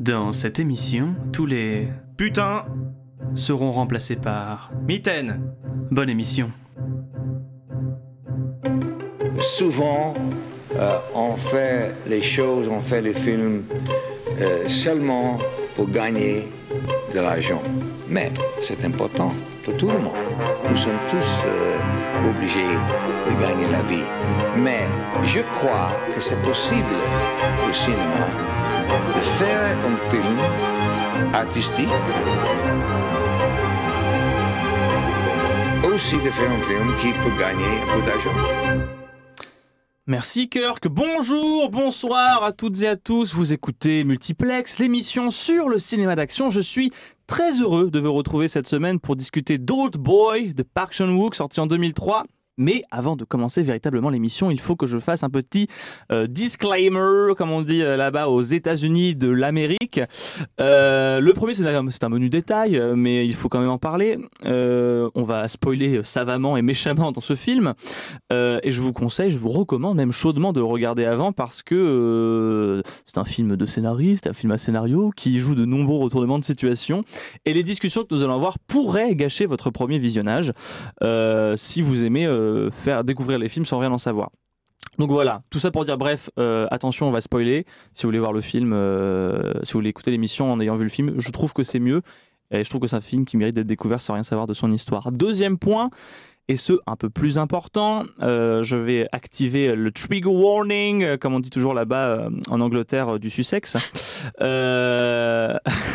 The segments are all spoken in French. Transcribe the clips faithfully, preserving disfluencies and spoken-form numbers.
Dans cette émission, tous les Putain seront remplacés par Mitaine. Bonne émission. Souvent, euh, on fait les choses, on fait les films euh, seulement pour gagner de l'argent. Mais c'est important pour tout le monde. Nous sommes tous euh, obligés de gagner la vie. Mais je crois que c'est possible au cinéma de faire un film artistique, aussi de faire un film qui peut gagner un peu d'argent. Merci Kirk, bonjour, bonsoir à toutes et à tous, vous écoutez Multiplex, l'émission sur le cinéma d'action. Je suis très heureux de vous retrouver cette semaine pour discuter d'Old Boy de Park Chan-wook, sorti en deux mille trois. Mais avant de commencer véritablement l'émission, il faut que je fasse un petit euh, disclaimer, comme on dit euh, là-bas aux États-Unis de l'Amérique. Euh, le premier, c'est un, c'est un menu détail, mais il faut quand même en parler. Euh, on va spoiler savamment et méchamment dans ce film. Euh, et je vous conseille, je vous recommande même chaudement de le regarder avant parce que euh, c'est un film de scénariste, un film à scénario qui joue de nombreux retournements de situation. Et les discussions que nous allons avoir pourraient gâcher votre premier visionnage euh, si vous aimez... Euh, faire découvrir les films sans rien en savoir. Donc voilà, tout ça pour dire bref, euh, attention, on va spoiler. Si vous voulez voir le film, euh, si vous voulez écouter l'émission en ayant vu le film, je trouve que c'est mieux. Et je trouve que c'est un film qui mérite d'être découvert sans rien savoir de son histoire. Deuxième point, et ce, un peu plus important, euh, je vais activer le trigger warning, euh, comme on dit toujours là-bas euh, en Angleterre euh, du Sussex. Euh...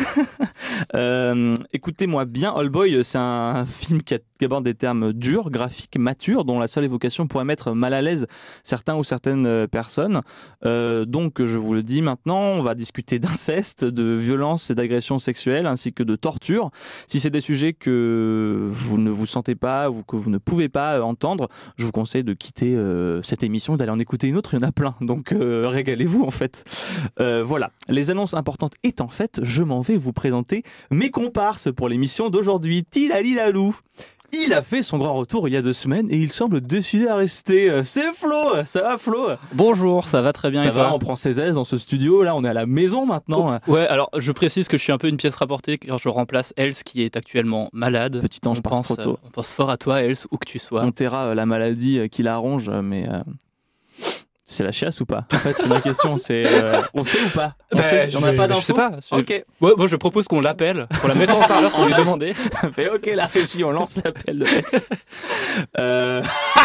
euh, écoutez-moi bien, Old Boy, c'est un film qui aborde des termes durs, graphiques, matures, dont la seule évocation pourrait mettre mal à l'aise certains ou certaines personnes. Euh, donc, je vous le dis maintenant, on va discuter d'inceste, de violence et d'agression sexuelle, ainsi que de torture. Si c'est des sujets que vous ne vous sentez pas ou que vous ne pouvez pas entendre, je vous conseille de quitter euh, cette émission, d'aller en écouter une autre, il y en a plein, donc euh, régalez-vous en fait. Euh, voilà, les annonces importantes étant faites, je m'en vais vous présenter mes comparses pour l'émission d'aujourd'hui. Tilalilalou, il a fait son grand retour il y a deux semaines et il semble décidé à rester. C'est Flo, ça va Flo? Bonjour, ça va très bien. Ça et va, toi? on prend ses aises dans ce studio, là on est à la maison maintenant. Oh, ouais, alors je précise que je suis un peu une pièce rapportée car je remplace Else qui est actuellement malade. Petit ange, on passe pense, trop tôt. On pense fort à toi Else, où que tu sois. On taira euh, la maladie euh, qui l'arrange, mais... Euh... C'est la chiasse ou pas? En fait, c'est ma question. C'est, euh, on sait ou pas? On bah, sait, je, on n'a pas d'infos. Je sais pas. Je... Ok. Ouais, moi, je propose qu'on l'appelle, qu'on la mette en parleur pour lui demander. Fait, ok, la régie, on lance l'appel de Rex. euh...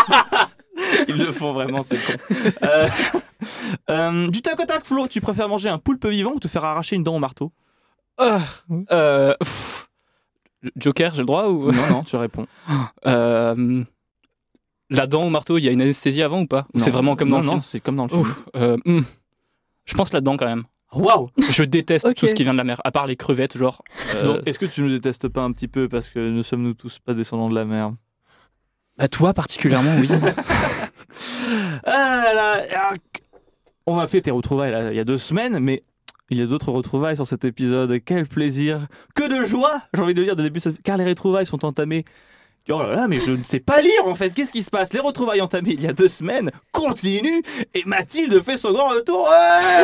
Ils le font vraiment, c'est con. Euh... Euh, du tac au tac, Flo, tu préfères manger un poulpe vivant ou te faire arracher une dent au marteau? euh, euh, Joker, j'ai le droit ou... Non, non, tu réponds. euh... La dent au marteau, il y a une anesthésie avant ou pas? Ou c'est vraiment comme dans non, le non, film? Non, c'est comme dans le film. Ouf, euh, mm. Je pense la dent quand même. Waouh! Je déteste okay. tout ce qui vient de la mer, à part les crevettes, genre. Euh... Donc, est-ce que tu nous détestes pas un petit peu parce que nous sommes nous tous pas descendants de la mer? Bah toi particulièrement, oui. Ah là là, alors, on m'a fait tes retrouvailles là, il y a deux semaines, mais il y a d'autres retrouvailles sur cet épisode. Quel plaisir, que de joie, j'ai envie de dire, de début, car les retrouvailles sont entamées. Oh là là, mais je ne sais pas lire en fait, qu'est-ce qui se passe? Les retrouvailles entamées il y a deux semaines continuent et Mathilde fait son grand retour. Ouais,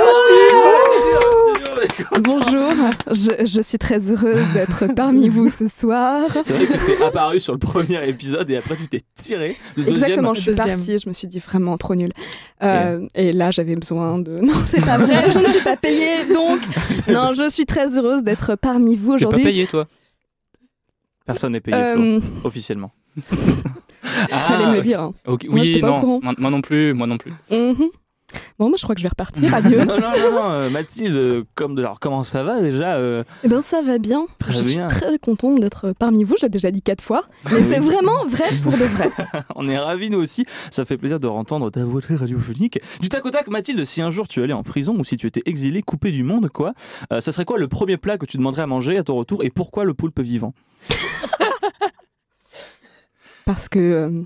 bonjour, je, je suis très heureuse d'être parmi vous ce soir. C'est vrai que tu t'es apparu sur le premier épisode et après tu t'es tiré. Le deuxième, exactement, je suis deuxième. partie, je me suis dit vraiment trop nulle. Euh, et... et là j'avais besoin de... Non, c'est pas vrai, je ne suis pas payée, donc non, je suis très heureuse d'être parmi vous aujourd'hui. T'es pas payée toi? Personne n'est payé, euh... Flo, officiellement. ah, fallait me le dire. Hein. Okay. Moi, oui, non, moi, moi non plus, moi non plus. Mm-hmm. Bon, moi je crois que je vais repartir, adieu. non, non, non, non, euh, Mathilde, comme de... alors, comment ça va déjà euh... Eh bien, ça va bien. Très je bien. suis très contente d'être parmi vous, je l'ai déjà dit quatre fois, mais c'est vraiment vrai pour de vrai. On est ravis, nous aussi. Ça fait plaisir de entendre ta voix très radiophonique. Du tac au tac, Mathilde, si un jour tu allais en prison ou si tu étais exilé, coupé du monde, quoi, euh, ça serait quoi le premier plat que tu demanderais à manger à ton retour et pourquoi le poulpe vivant? Parce que... Euh...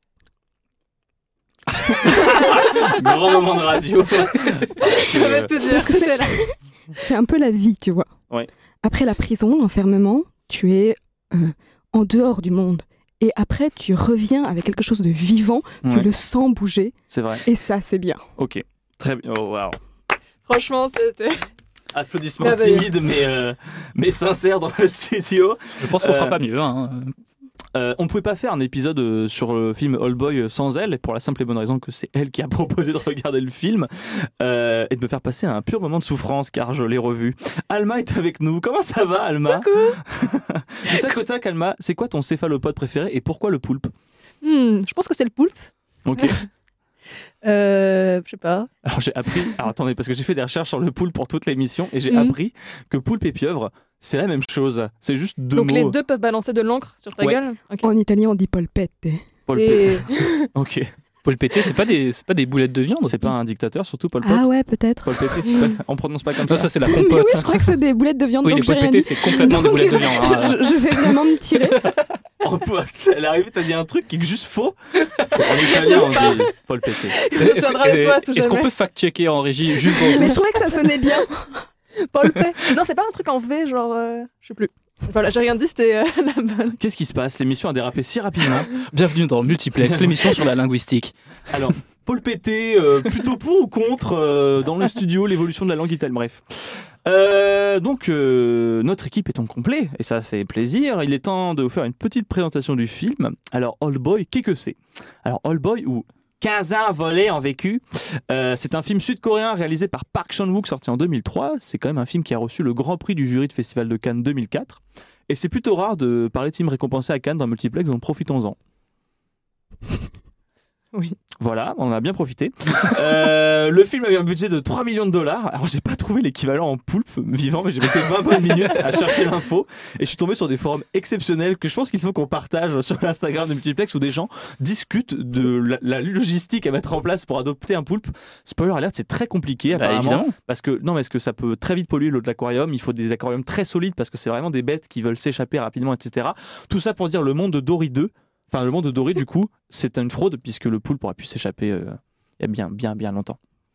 Grand moment de radio. Ça va te dire. Parce que c'est, la... c'est un peu la vie, tu vois. Ouais. Après la prison, l'enfermement, tu es euh, en dehors du monde. Et après, tu reviens avec quelque chose de vivant, ouais. Tu le sens bouger. C'est vrai. Et ça, c'est bien. Ok, très bien. Oh, wow. Franchement, c'était... Applaudissements Ah bah, timides mais, euh, mais sincères dans le studio. Je pense qu'on Euh, fera pas mieux. Hein. Euh, on ne pouvait pas faire un épisode euh, sur le film Old Boy sans elle, pour la simple et bonne raison que c'est elle qui a proposé de regarder le film euh, et de me faire passer un pur moment de souffrance car je l'ai revu. Alma est avec nous. Comment ça va, Alma? Du tac au tac, Alma, c'est quoi ton céphalopode préféré et pourquoi le poulpe? Hmm, je pense que c'est le poulpe. Ok. Euh, je sais pas. Alors j'ai appris. Alors attendez, parce que j'ai fait des recherches sur le poulpe pour toute l'émission et j'ai Mhm. appris que poulpe et pieuvre, c'est la même chose. C'est juste deux Donc mots. les deux peuvent balancer de l'encre sur ta Ouais. gueule. Ok. En italien, on dit polpette. Paul Et- Pe- Ok. Paul Pété, c'est pas des, c'est pas des boulettes de viande. C'est pas un dictateur, surtout Paul Pot. Ah ouais, peut-être. Paul Pété. Ouais, on prononce pas comme Non, ça. ça c'est la Mais compote. oui, je crois que c'est des boulettes de viande, Oui, donc les j'ai Paul rien Pété, dit. c'est complètement des Donc, boulettes de viande. Je, hein. je- je vais vraiment me tirer. En pote, elle est arrivée, t'as dit un truc qui est juste faux. En italien, on dit Paul Pété. Ça viendra de toi, tout Est-ce qu'on jamais. peut fact-checker en régie juste pour Mais je trouvais que ça sonnait bien. Paul Pay. Non, c'est pas un truc en V, genre. euh, Je sais plus. Voilà, j'ai rien dit, c'était euh, la bonne. Qu'est-ce qui se passe? L'émission a dérapé si rapidement. Bienvenue dans Multiplex, l'émission sur la linguistique. Alors, Paul Pété, euh, plutôt pour ou contre euh, dans le studio l'évolution de la langue italienne. Bref. Euh, donc, euh, notre équipe est en complet et ça fait plaisir. Il est temps de vous faire une petite présentation du film. Alors, Old Boy, qu'est-ce que c'est? Alors, Old Boy ou quinze ans volés en vécu, euh, c'est un film sud-coréen réalisé par Park Chan-wook, sorti en deux mille trois. C'est quand même un film qui a reçu le Grand Prix du jury de Festival de Cannes deux mille quatre. Et c'est plutôt rare de parler de films récompensés à Cannes dans Multiplex, donc profitons-en. Oui. Voilà, on en a bien profité. Euh, le film avait un budget de trois millions de dollars. Alors, j'ai pas trouvé l'équivalent en poulpe vivant, mais j'ai passé vingt bonnes minutes à chercher l'info. Et je suis tombé sur des forums exceptionnels que je pense qu'il faut qu'on partage sur l'Instagram de Multiplex où des gens discutent de la, la logistique à mettre en place pour adopter un poulpe. Spoiler alert, c'est très compliqué Bah, apparemment. évidemment. Parce que, non, mais est-ce que ça peut très vite polluer l'eau de l'aquarium? Il faut des aquariums très solides parce que c'est vraiment des bêtes qui veulent s'échapper rapidement, et cetera. Tout ça pour dire le monde de Dory deux. Enfin, le monde de Dory, du coup, c'est une fraude puisque le poulpe aurait pu s'échapper euh, il y a bien, bien, bien longtemps.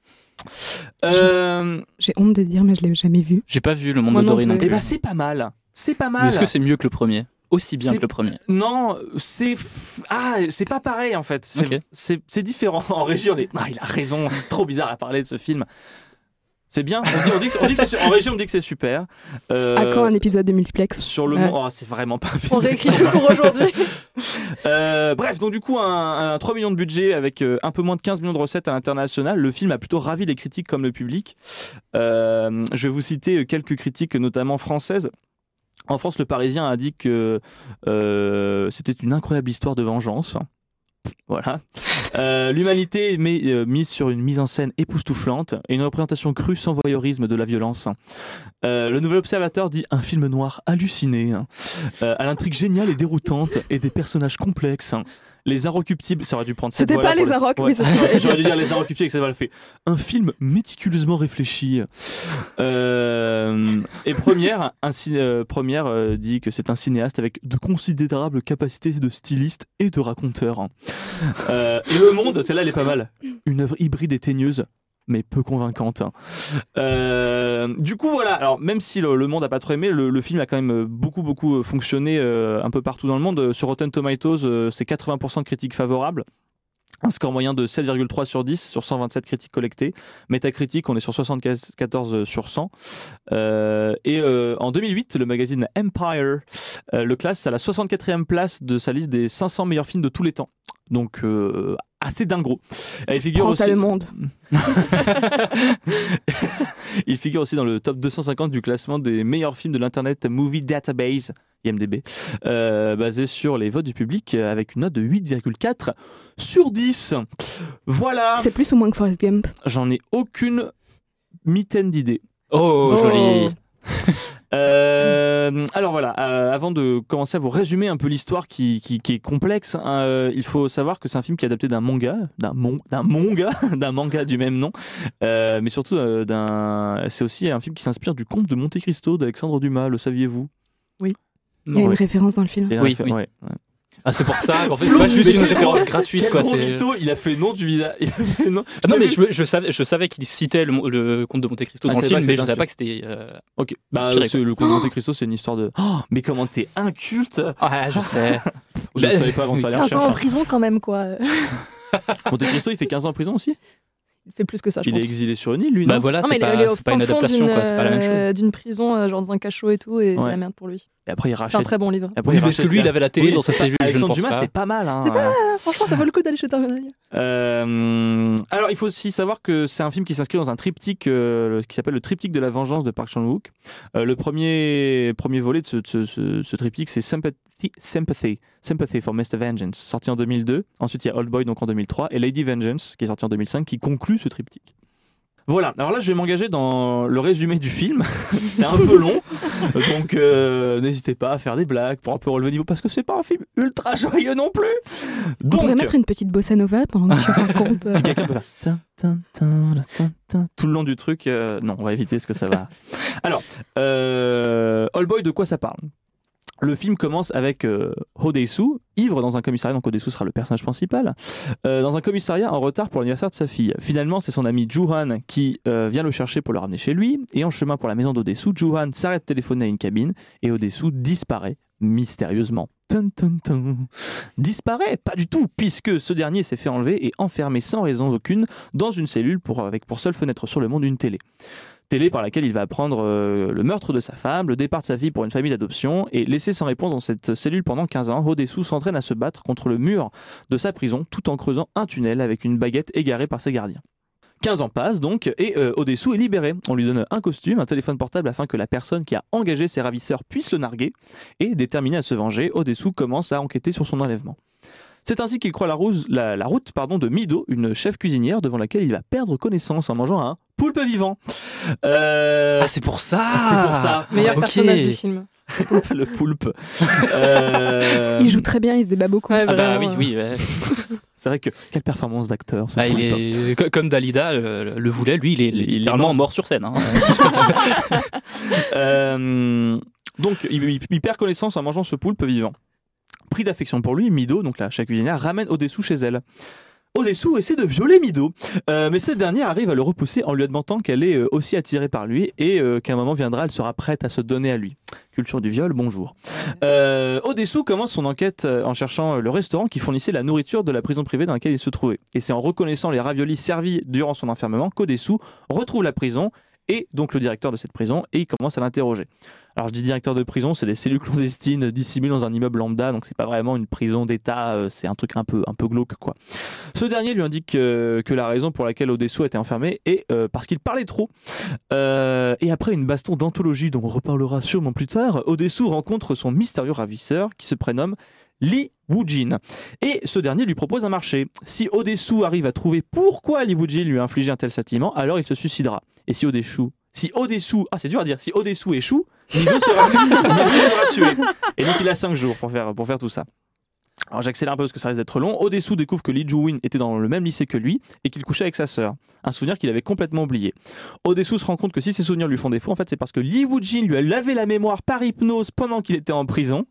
Euh, J'ai honte de dire, mais je l'ai jamais vu. J'ai pas vu le monde Moi de non Dory non plus. plus. Eh ben, c'est pas mal. C'est pas Mais mal. est-ce que c'est mieux que le premier? Aussi bien C'est- que le premier. Non, c'est f- ah, c'est pas pareil en fait. C'est, Ok. c'est, c'est différent. En régie, on est. Ah, il a raison. C'est trop bizarre à parler de ce film. C'est bien. On dit, on dit que, on dit que c'est su- en régie, on dit que c'est super. Euh, À quand un épisode de Multiplex? Sur le Ouais. monde, oh, c'est vraiment pas un film. On réécrit tout pour aujourd'hui. Euh, bref, donc du coup, un, un trois millions de budget avec euh, un peu moins de quinze millions de recettes à l'international. Le film a plutôt ravi les critiques comme le public. Euh, je vais vous citer quelques critiques, notamment françaises. En France, le Parisien a dit que euh, c'était une incroyable histoire de vengeance. Voilà. Euh, L'humanité est mis- euh, mise sur une mise en scène époustouflante et une représentation crue sans voyeurisme de la violence. Euh, le Nouvel Observateur dit un film noir halluciné, euh, à l'intrigue géniale et déroutante et des personnages complexes. Les Inrecuptibles, ça aurait dû prendre cette C'était voix-là pas pour les le- Inrocs, Ouais. mais c'est ce que j'allais J'aurais dû dire les Inrecuptibles avec cette voix, elle fait un film méticuleusement réfléchi. Euh, et première, un ciné- euh, première euh, dit que c'est un cinéaste avec de considérables capacités de styliste et de raconteur. Euh, et Le Monde, celle-là elle est pas mal. Une œuvre hybride et teigneuse, mais peu convaincante. Euh, du coup, voilà. Alors, même si le, le monde n'a pas trop aimé, le, le film a quand même beaucoup, beaucoup fonctionné euh, un peu partout dans le monde. Sur Rotten Tomatoes, euh, c'est quatre-vingts pour cent de critiques favorables. Un score moyen de sept virgule trois sur dix sur cent vingt-sept critiques collectées. Metacritic, on est sur soixante-quatorze sur cent. Euh, et euh, en deux mille huit, le magazine Empire euh, le classe à la soixante-quatrième place de sa liste des cinq cents meilleurs films de tous les temps. Donc, euh, assez dingue. Il figure Prends aussi... ça le monde. Il figure aussi dans le top deux cent cinquante du classement des meilleurs films de l'Internet Movie Database, I M D B, euh, basé sur les votes du public euh, avec une note de huit virgule quatre sur dix. Voilà, C'est plus ou moins que Forrest Gump. j'en ai aucune mitaine d'idées. Oh, Oh. joli. Euh, alors voilà, euh, avant de commencer à vous résumer un peu l'histoire qui, qui, qui est complexe, hein, euh, il faut savoir que c'est un film qui est adapté d'un manga, d'un mon, d'un manga, d'un manga du même nom, euh, mais surtout euh, d'un, c'est aussi un film qui s'inspire du Comte de Monte Cristo d'Alexandre Dumas. Le saviez-vous? Il y a Non. une Ouais. référence dans le film. Et là, Oui, il fait- oui. ouais, ouais. Ah, c'est pour ça qu'en fait, c'est pas juste Mais une quel référence gros- gratuite, Quel quoi. gros C'est... mytho, il a fait nom du visage. Il a fait nom. Ah non, Je mais t'ai je, vu- me- je savais, je savais qu'il citait le, le conte de Monte Cristo Ah, dans tu le savais film, pas que mais je c'était savais pas que c'était. euh, Ok, bah, Inspiré, c'est le Comte de Monte Cristo, c'est une histoire de. Oh, mais comment t'es inculte? Ah, je sais. Je ne Bah, savais pas avant de faire les quinze ans en recherches. prison quand même, quoi. Monte Cristo, il fait quinze ans en prison aussi? il fait plus que ça, je Il pense. est exilé sur une île, lui, Bah non voilà, Non, mais c'est il est- pas, il est au c'est pas une fin fond adaptation, d'une, quoi, c'est pas la même chose. euh, d'une prison, euh, genre dans un cachot et tout, et c'est Ouais. la merde pour lui. Et après, il C'est un rachète. très bon livre. Après, Oui, il parce que rachète lui, il la- avait la télé Oui, dans sa c'est pas- cellule, je ne Alexandre pense Dumas, pas. c'est pas mal. Hein, C'est euh. Ah, franchement, ça vaut le coup d'aller chez Tornado. Euh, alors, il faut aussi savoir que c'est un film qui s'inscrit dans un triptyque euh, qui s'appelle le triptyque de la vengeance de Park Chan-wook. Euh, le premier, premier volet de ce, de ce, ce, ce triptyque, c'est Sympathy, Sympathy, Sympathy for mister Vengeance, sorti en deux mille deux. Ensuite, il y a Old Boy, donc en deux mille trois, et Lady Vengeance, qui est sorti en deux mille cinq, qui conclut ce triptyque. Voilà, alors là je vais m'engager dans le résumé du film, c'est un peu long, donc euh, n'hésitez pas à faire des blagues pour un peu relever le niveau, parce que c'est pas un film ultra joyeux non plus. On Donc, pourrait mettre une petite bossa nova pendant que tu racontes. euh, si quelqu'un peut faire tin, tin, tin, tin, tin, tout le long du truc, euh, non, on va éviter ce que ça va. Alors, euh, All Boy, de quoi ça parle ? Le film commence avec euh, Ho Dae-soo, ivre dans un commissariat, donc Ho Dae-soo sera le personnage principal, euh, dans un commissariat en retard pour l'anniversaire de sa fille. Finalement, c'est son ami Joo-han qui euh, vient le chercher pour le ramener chez lui, et en chemin pour la maison d'Ho Dae-soo, Joo-han s'arrête de téléphoner à une cabine, et Ho Dae-soo disparaît mystérieusement. Tum, tum, tum. Disparaît ? Pas du tout, puisque ce dernier s'est fait enlever et enfermé sans raison aucune dans une cellule pour, avec pour seule fenêtre sur le monde une télé. Télé par laquelle il va apprendre euh, le meurtre de sa femme, le départ de sa fille pour une famille d'adoption, et laissé sans réponse dans cette cellule pendant quinze ans, Ho Dae-soo s'entraîne à se battre contre le mur de sa prison tout en creusant un tunnel avec une baguette égarée par ses gardiens. quinze ans passent donc et euh, Ho Dae-soo est libéré. On lui donne un costume, un téléphone portable afin que la personne qui a engagé ses ravisseurs puisse le narguer, et déterminé à se venger, Ho Dae-soo commence à enquêter sur son enlèvement. C'est ainsi qu'il croit la, rouse, la, la route pardon, de Mido, une chef cuisinière devant laquelle il va perdre connaissance en mangeant un poulpe vivant. Euh, Ah, c'est pour ça c'est pour ça. Meilleur Ok. personnage du film. Le poulpe. Euh, Il joue très bien, il se débat beaucoup. Ouais, Ah bah vraiment, oui, euh. oui. Ouais. C'est vrai que quelle performance d'acteur. Ce Ah, il poulpe. est co- comme Dalida le, le voulait, lui, il est Il est littéralement mort. mort sur scène. Hein. Euh, donc il, il- il perd connaissance en mangeant ce poulpe vivant. Pris d'affection pour lui, Mido, donc la chef cuisinière, ramène Ho Dae-soo chez elle. Ho Dae-soo essaie de violer Mido, euh, mais cette dernière arrive à le repousser en lui admettant qu'elle est euh, aussi attirée par lui et euh, qu'à un moment viendra, elle sera prête à se donner à lui. Culture du viol, bonjour. Euh, Ho Dae-soo commence son enquête euh, en cherchant le restaurant qui fournissait la nourriture de la prison privée dans laquelle il se trouvait. Et c'est en reconnaissant les raviolis servis durant son enfermement qu'Ho Dae-soo retrouve la prison et donc le directeur de cette prison, et il commence à l'interroger. Alors je dis directeur de prison, c'est des cellules clandestines dissimulées dans un immeuble lambda, donc c'est pas vraiment une prison d'État, euh, c'est un truc un peu, un peu glauque quoi. Ce dernier lui indique euh, que la raison pour laquelle Ho Dae-soo a été enfermé est euh, parce qu'il parlait trop. Euh, et après une baston d'anthologie dont on reparlera sûrement plus tard, Ho Dae-soo rencontre son mystérieux ravisseur qui se prénomme Lee Woo-jin. Et ce dernier lui propose un marché. Si Ho Dae-soo arrive à trouver pourquoi Lee Woo-jin lui a infligé un tel châtiment, alors il se suicidera. Et si Ho Dae-soo, si Ho Dae-soo, ah c'est dur à dire, si Ho Dae-soo échoue, Mido sera, Mido sera tué. Et donc il a cinq jours pour faire, pour faire tout ça. Alors j'accélère un peu parce que ça risque d'être long. Ho Dae-soo découvre que Lee Joo-win était dans le même lycée que lui et qu'il couchait avec sa sœur. Un souvenir qu'il avait complètement oublié. Ho Dae-soo se rend compte que si ses souvenirs lui font défaut, en fait c'est parce que Lee Woo-jin lui a lavé la mémoire par hypnose pendant qu'il était en prison.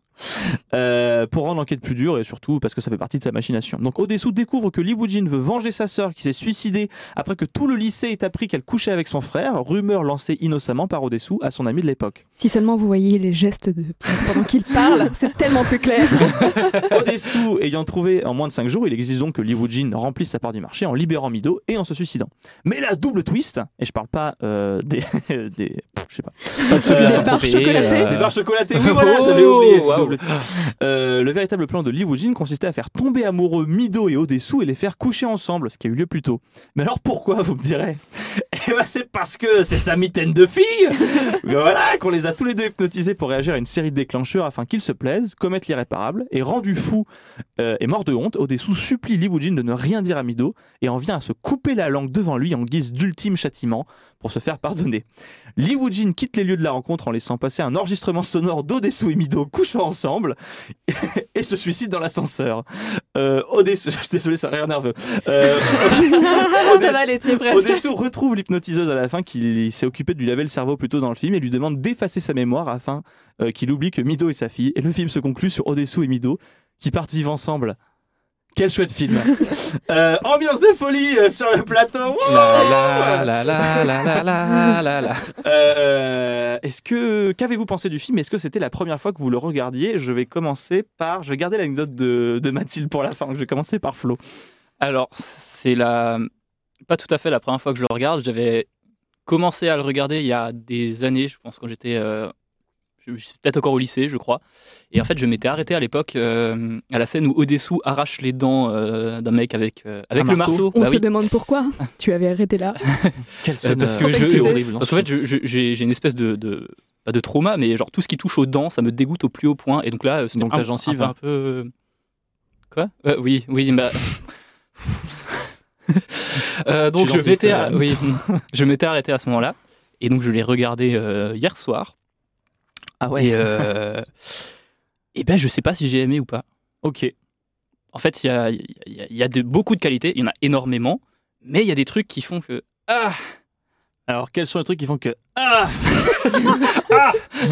Euh, pour rendre l'enquête plus dure et surtout parce que ça fait partie de sa machination. Donc Ho Dae-soo découvre que Lee Woo-jin veut venger sa sœur qui s'est suicidée après que tout le lycée ait appris qu'elle couchait avec son frère, rumeur lancée innocemment par Ho Dae-soo à son ami de l'époque. Si seulement vous voyez les gestes de pendant qu'il parle, c'est tellement plus clair. Ho Dae-soo ayant trouvé en moins de cinq jours, il exige donc que Lee Woo-jin remplisse sa part du marché en libérant Mido et en se suicidant. Mais la double twist, et je parle pas euh, des, des je sais pas, Pas de celui Euh, à des barres Saint-Tropez, chocolatées. euh, des barres chocolatées, oui voilà, j'avais Oh, oublié. waouh. Double- Euh, le véritable plan de Lee Woo-jin consistait à faire tomber amoureux Mido et Ho Dae-soo et les faire coucher ensemble, ce qui a eu lieu plus tôt. Mais alors pourquoi, vous me direz ? Eh ben c'est parce que c'est sa mitaine de filles. Voilà, qu'on les a tous les deux hypnotisés pour réagir à une série de déclencheurs afin qu'ils se plaisent, commettent l'irréparable, et rendu fou euh, et mort de honte, Ho Dae-soo supplie Lee Woo-jin de ne rien dire à Mido et en vient à se couper la langue devant lui en guise d'ultime châtiment pour se faire pardonner. Lee Woo-jin quitte les lieux de la rencontre en laissant passer un enregistrement sonore d'Ho Dae-soo et Mido couchant ensemble et se suicide dans l'ascenseur. Euh, Ho Dae-soo, je suis désolé, ça a l'air nerveux. Euh, Ho Ça va, Dae-soo- les tiens Ho presque. Dae-soo retrouve l'hypnotiseuse à la fin qui s'est occupée de lui laver le cerveau plus tôt dans le film et lui demande d'effacer sa mémoire afin euh, qu'il oublie que Mido est sa fille. Et le film se conclut sur Ho Dae-soo et Mido qui partent vivre ensemble. Quel chouette film. euh, ambiance de folie euh, sur le plateau. Wouh La la la la la la la la la. Euh, est-ce que qu'avez-vous pensé du film ? Est-ce que c'était la première fois que vous le regardiez ? Je vais commencer par, je vais garder l'anecdote de, de Mathilde pour la fin. Je vais commencer par Flo. Alors, c'est la pas tout à fait la première fois que je le regarde. J'avais commencé à le regarder il y a des années, je pense, quand j'étais euh, je, je suis peut-être encore au lycée, je crois. Et en fait, je m'étais arrêté à l'époque euh, à la scène où Odessu arrache les dents euh, d'un mec avec, euh, avec Un le marteau. marteau. On Bah se oui. demande pourquoi tu avais arrêté là. Quelle Euh, scène parce euh, que je, c'est je- horrible. hein, parce qu'en fait, je- je- j'ai, j'ai une espèce de, de pas de trauma, mais genre tout ce qui touche aux dents, ça me dégoûte au plus haut point. Et donc là, euh, c'était Donc un, ta gencive. un, peu, un peu- quoi Euh, Oui, oui, bah. Euh, donc Tu je m'étais, dentistes, euh, oui, je m'étais arrêté à ce moment-là, et donc je l'ai regardé euh, hier soir. Ah ouais. Et, euh, et ben je sais pas si j'ai aimé ou pas. Ok. En fait, il y a, il y a, il y a de, beaucoup de qualités, il y en a énormément, mais il y a des trucs qui font que ah. Alors quels sont les trucs qui font que ah Ah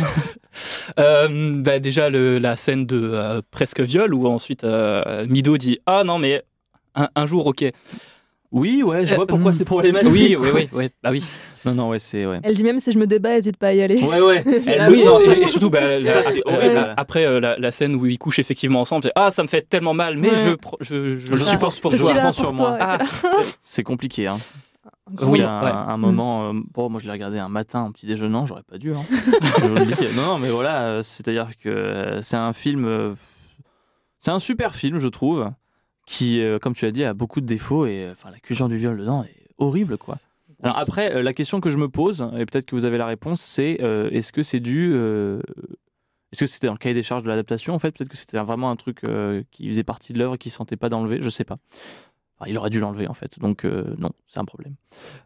Euh, bah déjà le, la scène de euh, presque viol où ensuite euh, Mido dit ah non mais un, un jour ok. Oui, ouais, je vois Euh, pourquoi hmm. c'est problématique. Oui oui oui oui bah oui. Non, non, ouais, c'est ouais. Elle dit même si je me débat, hésite pas à y aller. Ouais, ouais. Elle Ah le oui, non, dit, c'est- c'est- et surtout bah, la- Ça, c'est euh, horrible. la- après euh, la, la scène où ils couchent effectivement ensemble c'est, ah ça me fait tellement mal mais Ouais. je, pro- je, je, Je le suis supporte pour Je je suis vois là à fond pour sur toi. moi. Ah, C'est compliqué, hein. oui, Il y a un, ouais. un moment, euh, bon, moi je l'ai regardé un matin en petit déjeunant, j'aurais pas dû. Hein. Je vous le dis. non, non, mais voilà, euh, c'est-à-dire que euh, c'est un film, euh, c'est un super film, je trouve, qui, euh, comme tu as dit, a beaucoup de défauts et enfin la culture du viol dedans est horrible, quoi. Alors après, euh, la question que je me pose, et peut-être que vous avez la réponse, c'est euh, est-ce que c'est dû, euh, est-ce que c'était dans le cahier des charges de l'adaptation en fait, peut-être que c'était vraiment un truc euh, qui faisait partie de l'œuvre et qui ne sentait pas d'enlever, je sais pas. Enfin, il aurait dû l'enlever en fait, donc euh, non, c'est un problème.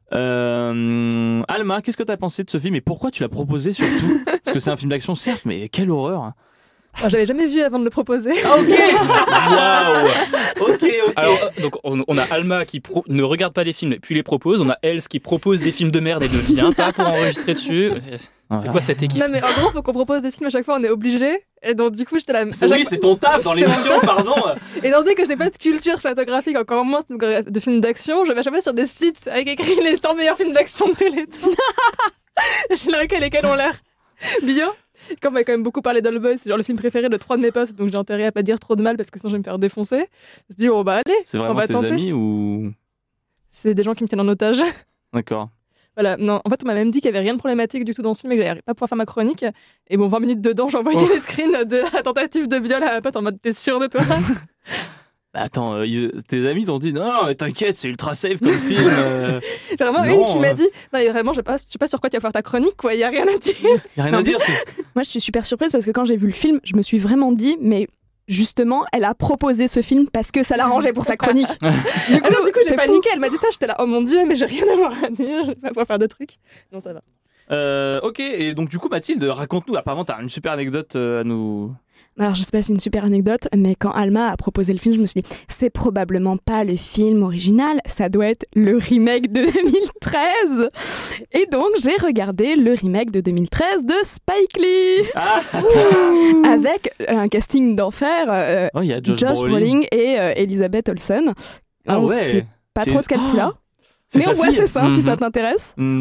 Euh, Alma, qu'est-ce que tu as pensé de ce film et pourquoi tu l'as proposé surtout? Parce que c'est un film d'action certes, mais quelle horreur! Moi, j'avais jamais vu avant de le proposer. Ok. Waouh. Ok, ok. Alors, euh, donc on, on a Alma qui pro- ne regarde pas les films puis les propose. On a Els qui propose des films de merde et ne vient pas pour enregistrer dessus. C'est quoi cette équipe? Non mais en gros, faut qu'on propose des films à chaque fois, on est obligé. Et donc du coup, j'étais là. à C'est- chaque oui, fois- c'est ton taf dans l'émission, pardon. Et étant donné que je n'ai pas de culture cinématographique, encore moins de films d'action, je vais à chaque fois sur des sites avec écrit les cent meilleurs films d'action de tous les temps. Je l'ai que lesquels ont l'air bio. Comme on va quand même beaucoup parlé d'All Boy, c'est genre le film préféré de trois de mes potes, donc j'ai intérêt à pas dire trop de mal parce que sinon je vais me faire défoncer. Je me suis dit, oh bah allez, C'est on vraiment va tes tenter. amis ou C'est des gens qui me tiennent en otage. d'accord. Voilà, non, en fait, on m'a même dit qu'il n'y avait rien de problématique du tout dans ce film et que j'allais pas pouvoir faire ma chronique. Et bon, vingt minutes dedans, j'ai envoyé Oh. les screens de la tentative de viol à ma pote en mode t'es sûr de toi? Bah, attends, euh, ils- tes amis t'ont dit non, non mais t'inquiète, c'est ultra safe comme film. euh, Vraiment, Non, une qui m'a euh. dit non, mais vraiment, je sais pas, je sais pas sur quoi tu vas faire ta chronique, quoi, il y a rien à dire. y a rien à En dire. plus, c'est- Moi, je suis super surprise parce que quand j'ai vu le film, je me suis vraiment dit, mais justement, elle a proposé ce film parce que ça l'arrangeait pour sa chronique. Du coup, Ah non, du coup j'ai c'est paniqué, elle m'a dit ça, j'étais là, oh mon dieu, mais j'ai rien à voir à dire, je vais pas pouvoir faire de trucs. Non, ça va. Euh, ok, et donc du coup Mathilde, raconte-nous. Apparemment, t'as une super anecdote euh, à nous. Alors, je sais pas si c'est une super anecdote, mais quand Alma a proposé le film, je me suis dit, c'est probablement pas le film original, ça doit être le remake de deux mille treize. Et donc, j'ai regardé le remake de deux mille treize de Spike Lee, Ah. avec un casting d'enfer, euh, Oh, il y a Josh, Josh Brolin. Brolin et euh, Elizabeth Olsen. Ah On ouais. sait pas C'est- trop ce qu'elle fout là. C'est Mais sa on voit fille ses seins, si Mhm. ça t'intéresse. Hmm.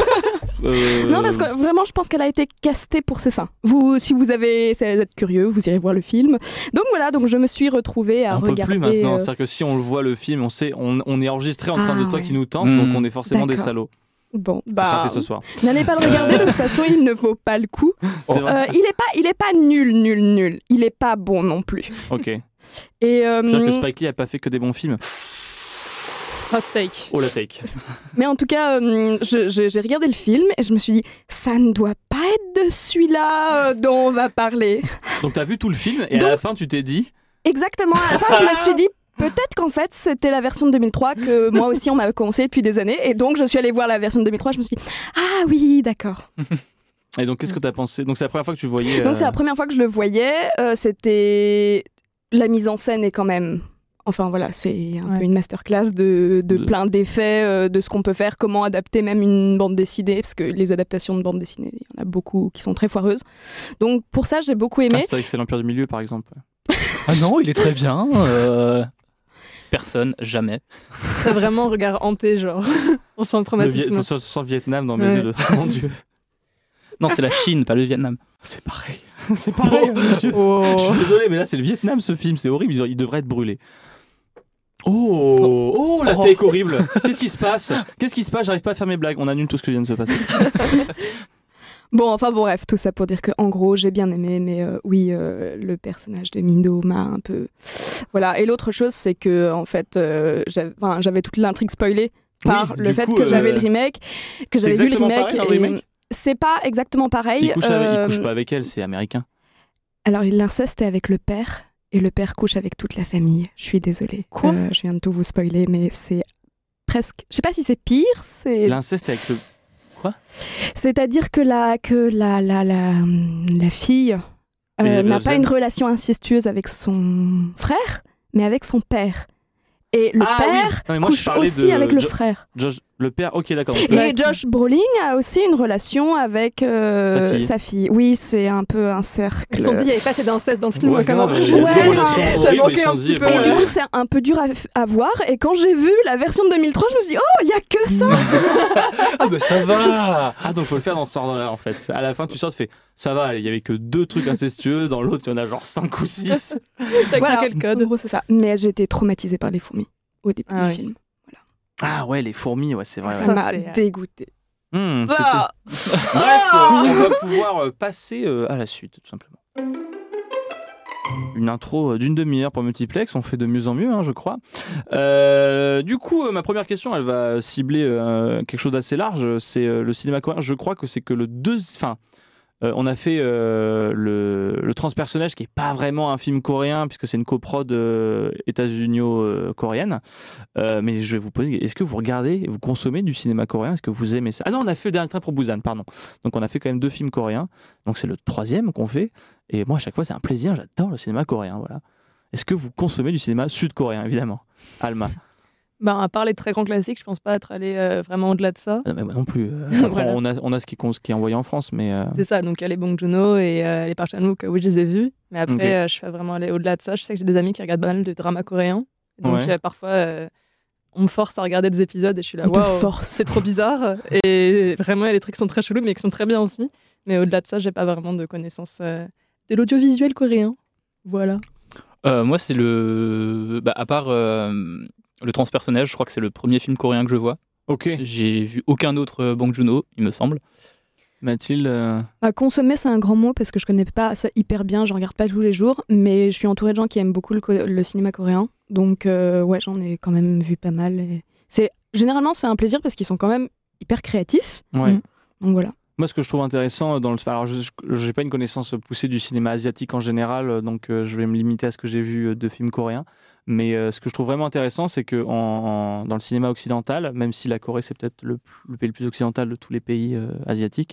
Euh, Non, parce que vraiment, je pense qu'elle a été castée pour ses seins. Vous, si vous avez, si vous êtes curieux, vous irez voir le film. Donc voilà, donc je me suis retrouvée à on peut regarder. plus maintenant. euh, C'est-à-dire que si on le voit le film, on sait, on, on est enregistré en train Ah de toi ouais. qui nous tente, Hmm. donc on est forcément des D'accord. salauds. Bon, Ça sera bah, fait ce soir. n'allez pas le regarder. De toute façon, il ne vaut pas le coup. C'est vrai. Euh, il est pas, il est pas nul, nul, nul. Il est pas bon non plus. Ok. Et euh, C'est-à-dire que Spike Lee a pas fait que des bons films. Hot take. Oh la take. mais en tout cas, euh, je- je- j'ai regardé le film et je me suis dit, ça ne doit pas être de celui-là euh, dont on va parler. Donc t'as vu tout le film et à Donc- la fin tu t'es dit. Exactement. À la fin, je me suis dit. Peut-être qu'en fait, c'était la version de deux mille trois que moi aussi on m'avait conseillé depuis des années. Et donc, je suis allée voir la version de deux mille trois. Je me suis dit, ah oui, d'accord. Et donc qu'est-ce que t'as pensé? Donc c'est la première fois que tu voyais. Donc, euh, c'est la première fois que je le voyais. Euh, c'était. La mise en scène est quand même. Enfin, voilà, c'est un Ouais. peu une masterclass de, de De- plein d'effets, euh, de ce qu'on peut faire, comment adapter même une bande dessinée. Parce que les adaptations de bande dessinée, il y en a beaucoup qui sont très foireuses. Donc, pour ça, j'ai beaucoup Ah, aimé. c'est vrai que c'est l'Empire du Milieu par exemple. Ah non, il est très bien. euh, Personne, jamais. T'as vraiment un regard hanté, genre. On sent le Le traumatisme. Viet- sur, sur le Vietnam dans mes Ouais. yeux. De... Mon Dieu. Non, c'est la Chine, pas le Vietnam. C'est pareil. C'est pareil, monsieur. Oh. Je suis désolé, mais là c'est le Vietnam ce film, c'est horrible. Ils, ils devraient être brûlés. Oh, oh, la Oh. take horrible. Qu'est-ce qui se passe Qu'est-ce qui se passe J'arrive pas à faire mes blagues. On annule tout ce que vient de se passer. Bon, enfin bon, bref, tout ça pour dire que en gros, j'ai bien aimé, mais euh, oui, euh, le personnage de Mindo m'a un peu... Voilà, et l'autre chose, c'est que en fait, euh, j'avais, enfin, j'avais toute l'intrigue spoilée par Oui, le du fait coup, que euh, j'avais le remake, que c'est j'avais vu le exactement remake. pareil dans le et remake c'est pas exactement pareil. Il couche, avec- il euh, couche pas avec elle, c'est américain. Alors, l'inceste est avec le père, et le père couche avec toute la famille. Je suis désolée. Quoi Euh, Je viens de tout vous spoiler, mais c'est presque... Je sais pas si c'est pire, c'est... L'inceste est avec le. C'est-à-dire que la, que la, la, la, la fille euh, Mais elle- n'a elle- pas une relation incestueuse avec son frère, mais avec son père. Et le Ah oui. père Non, mais moi, je couche parlais aussi de avec le Jo- frère. Josh, le père. Ok, d'accord. Donc, Et Josh Brolin a aussi une relation avec euh, Sa fille. sa fille. Oui, c'est un peu un cercle. Ils se sont dit, il n'y avait pas assez d'inceste dans le film. Ouais, comment grave, il y a Ouais, deux enfin, relations ça horribles, manquait ils se sont un dit, petit peu. bon, Et du euh, coup, c'est un peu dur à, à voir. Et quand j'ai vu la version de deux mille trois, je me suis dit, oh, il y a que ça. Ah, bah ça va Ah, donc faut le faire dans ce ordre-là, en fait. À la fin, tu sors, tu fais ça va, il y avait que deux trucs incestueux. Dans l'autre, il y en a genre cinq ou six. T'as Voilà, craqué le en code. gros, c'est ça. Mais j'ai été traumatisée par les fourmis au début Ah du oui. film. Ah, ouais, les fourmis, ouais, c'est vrai. Ça ouais. m'a c'est- dégoûtée. Hmm, c'était- Ah. Bref, euh, on va pouvoir euh, passer euh, à la suite, tout simplement. Une intro euh, d'une demi-heure pour Multiplex, on fait de mieux en mieux, hein, je crois. Euh, du coup, euh, ma première question, elle va cibler euh, quelque chose d'assez large. C'est euh, le cinéma coréen. Je crois que c'est que le deux. Enfin, euh, on a fait euh, le, le Transpersonnage, qui est pas vraiment un film coréen puisque c'est une coprode euh, états-unio-coréenne. Euh, mais je vais vous poser, est-ce que vous regardez et vous consommez du cinéma coréen? Est-ce que vous aimez ça? Ah non, on a fait le dernier train pour Busan, pardon. Donc on a fait quand même deux films coréens. Donc c'est le troisième qu'on fait. Et moi, à chaque fois, c'est un plaisir. J'adore le cinéma coréen. Voilà. Est-ce que vous consommez du cinéma sud-coréen, évidemment? Alma. Ben, à part les très grands classiques, je pense pas être allé euh, vraiment au-delà de ça. Ah, mais moi non plus. Euh, après, Voilà. on, a, on a ce qui, est- ce qui est envoyé en France, mais. euh, C'est ça, donc il y a les Bong Joon-ho et euh, les Park Chan-wook, euh, oui, je les ai vus. Mais après, Ok. euh, je suis pas vraiment allé au-delà de ça. Je sais que j'ai des amis qui regardent pas mal de dramas coréens. Donc Ouais. euh, parfois, euh, on me force à regarder des épisodes et je suis là, On te waouh, force. c'est trop bizarre. Et vraiment, il y a des trucs qui sont très chelous, mais qui sont très bien aussi. Mais au-delà de ça, j'ai pas vraiment de connaissances euh, de l'audiovisuel coréen. Voilà. Euh, moi, c'est le. Bah, à part euh, le Transpersonnage, je crois que c'est le premier film coréen que je vois. Ok. J'ai vu aucun autre euh, Bong Joon-ho, il me semble. Mathilde. euh, Bah, consommer, c'est un grand mot parce que je connais pas ça hyper bien, je regarde pas tous les jours, mais je suis entourée de gens qui aiment beaucoup le, co- le cinéma coréen. Donc, euh, ouais, j'en ai quand même vu pas mal. Et c'est, généralement, c'est un plaisir parce qu'ils sont quand même hyper créatifs. Ouais. Mm. Donc voilà. Moi, ce que je trouve intéressant dans le. Alors, je n'ai pas une connaissance poussée du cinéma asiatique en général, euh, donc euh, je vais me limiter à ce que j'ai vu euh, de films coréens. Mais euh, ce que je trouve vraiment intéressant, c'est que en, en- dans le cinéma occidental, même si la Corée c'est peut-être le, plus- le pays le plus occidental de tous les pays euh, asiatiques,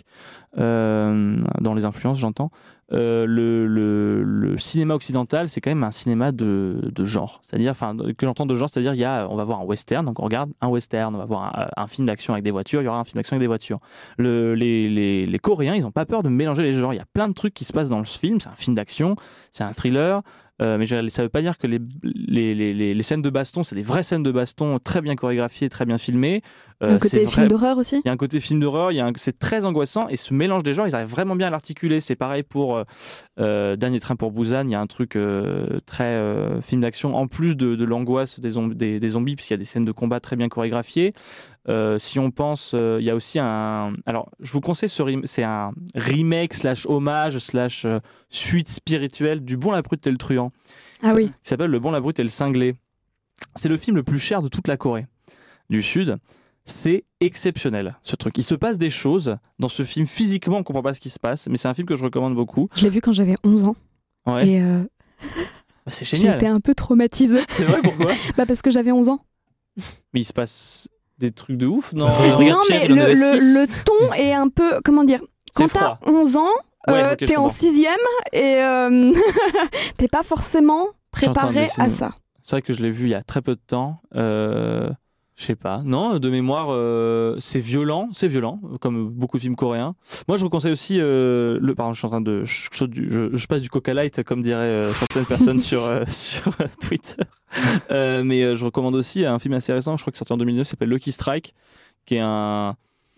euh, dans les influences, j'entends, euh, le, le- le cinéma occidental, c'est quand même un cinéma de, de genre. C'est-à-dire, enfin, que j'entends de genre, c'est-à-dire, il y a, on va voir un western, donc on regarde un western, on va voir un, un film d'action avec des voitures, il y aura un film d'action avec des voitures. Le- les, les- les Coréens, ils n'ont pas peur de mélanger les genres. Il y a plein de trucs qui se passent dans le film. C'est un film d'action, c'est un thriller. Euh, mais je- ça veut pas dire que les, les, les, les- les scènes de baston, c'est des vraies scènes de baston très bien chorégraphiées, très bien filmées. Euh, Un côté c'est film vrai- d'horreur aussi. il y a un côté film d'horreur, il y a un- c'est très angoissant et ce mélange des genres, ils arrivent vraiment bien à l'articuler. C'est pareil pour euh, euh, Dernier train pour Busan, il y a un truc euh, très euh, film d'action en plus de, de l'angoisse des, zomb- des, des zombies, puisqu'il y a des scènes de combat très bien chorégraphiées. Euh, si on pense, euh, il y a aussi un. Alors, je vous conseille ce rem- c'est un remake slash hommage slash euh, suite spirituelle du Bon la Brute et le Truand. Ah Ça- oui. Qui s'appelle Le Bon la Brute et le Cinglé. C'est le film le plus cher de toute la Corée du Sud. C'est exceptionnel, ce truc. Il se passe des choses dans ce film. Physiquement, on comprend pas ce qui se passe, mais c'est un film que je recommande beaucoup. Je l'ai vu quand j'avais onze ans. Ouais. Et euh, Bah, c'est j'ai génial. été un peu traumatisée. C'est vrai, pourquoi? Bah, parce que j'avais onze ans. Mais il se passe des trucs de ouf, non? Euh, regarde non, Pierre, mais il en le, avait le- six. le ton est un peu. Comment dire? C'est Quand t'as froid. onze ans, Ouais, euh, ok, je t'es en comprends. sixième et euh, t'es pas forcément J'entends préparé des à signes. ça. C'est vrai que je l'ai vu il y a très peu de temps. Euh, je sais pas. Non, de mémoire, euh, c'est violent. C'est violent, comme beaucoup de films coréens. Moi, je vous conseille aussi. Euh, le, pardon, je suis en train de. Je, saute du- je- je passe du Coca Light, comme diraient euh, certaines personnes sur, euh, sur euh, Twitter. Euh, mais euh, je recommande aussi un film assez récent, je crois que sorti en deux mille neuf, qui s'appelle Lucky Strike, qui est un.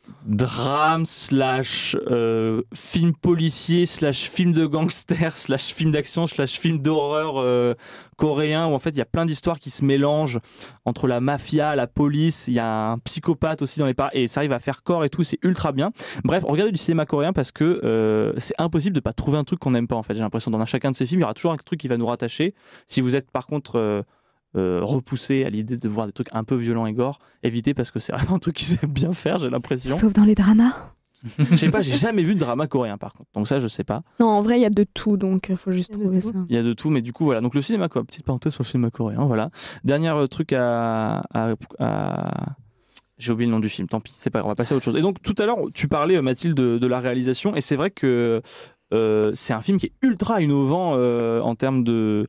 drame slash euh, film policier slash film de gangster slash film d'action slash film d'horreur euh, coréen où en fait il y a plein d'histoires qui se mélangent entre la mafia, la police, il y a un psychopathe aussi dans les parages et ça arrive à faire corps et tout, c'est ultra bien. Bref, regardez du cinéma coréen parce que euh, c'est impossible de pas trouver un truc qu'on n'aime pas en fait. J'ai l'impression dans chacun de ces films il y aura toujours un truc qui va nous rattacher. Si vous êtes par contre euh, Euh, repoussé à l'idée de voir des trucs un peu violents et gore, évitez parce que c'est vraiment un truc qu'ils aiment bien faire, j'ai l'impression. Sauf dans les dramas. Je sais pas, j'ai jamais vu de drama coréen par contre, donc ça je sais pas. Non, en vrai, il y a de tout, donc il faut juste Il y a de trouver tout. ça. Il y a de tout, mais du coup voilà. Donc le cinéma quoi, petite parenthèse sur le cinéma coréen, voilà. Dernier euh, truc à, à, à... J'ai oublié le nom du film, tant pis, c'est pas grave, on va passer à autre chose. Et donc tout à l'heure, tu parlais euh, Mathilde de, de la réalisation, et c'est vrai que euh, c'est un film qui est ultra innovant euh, en termes de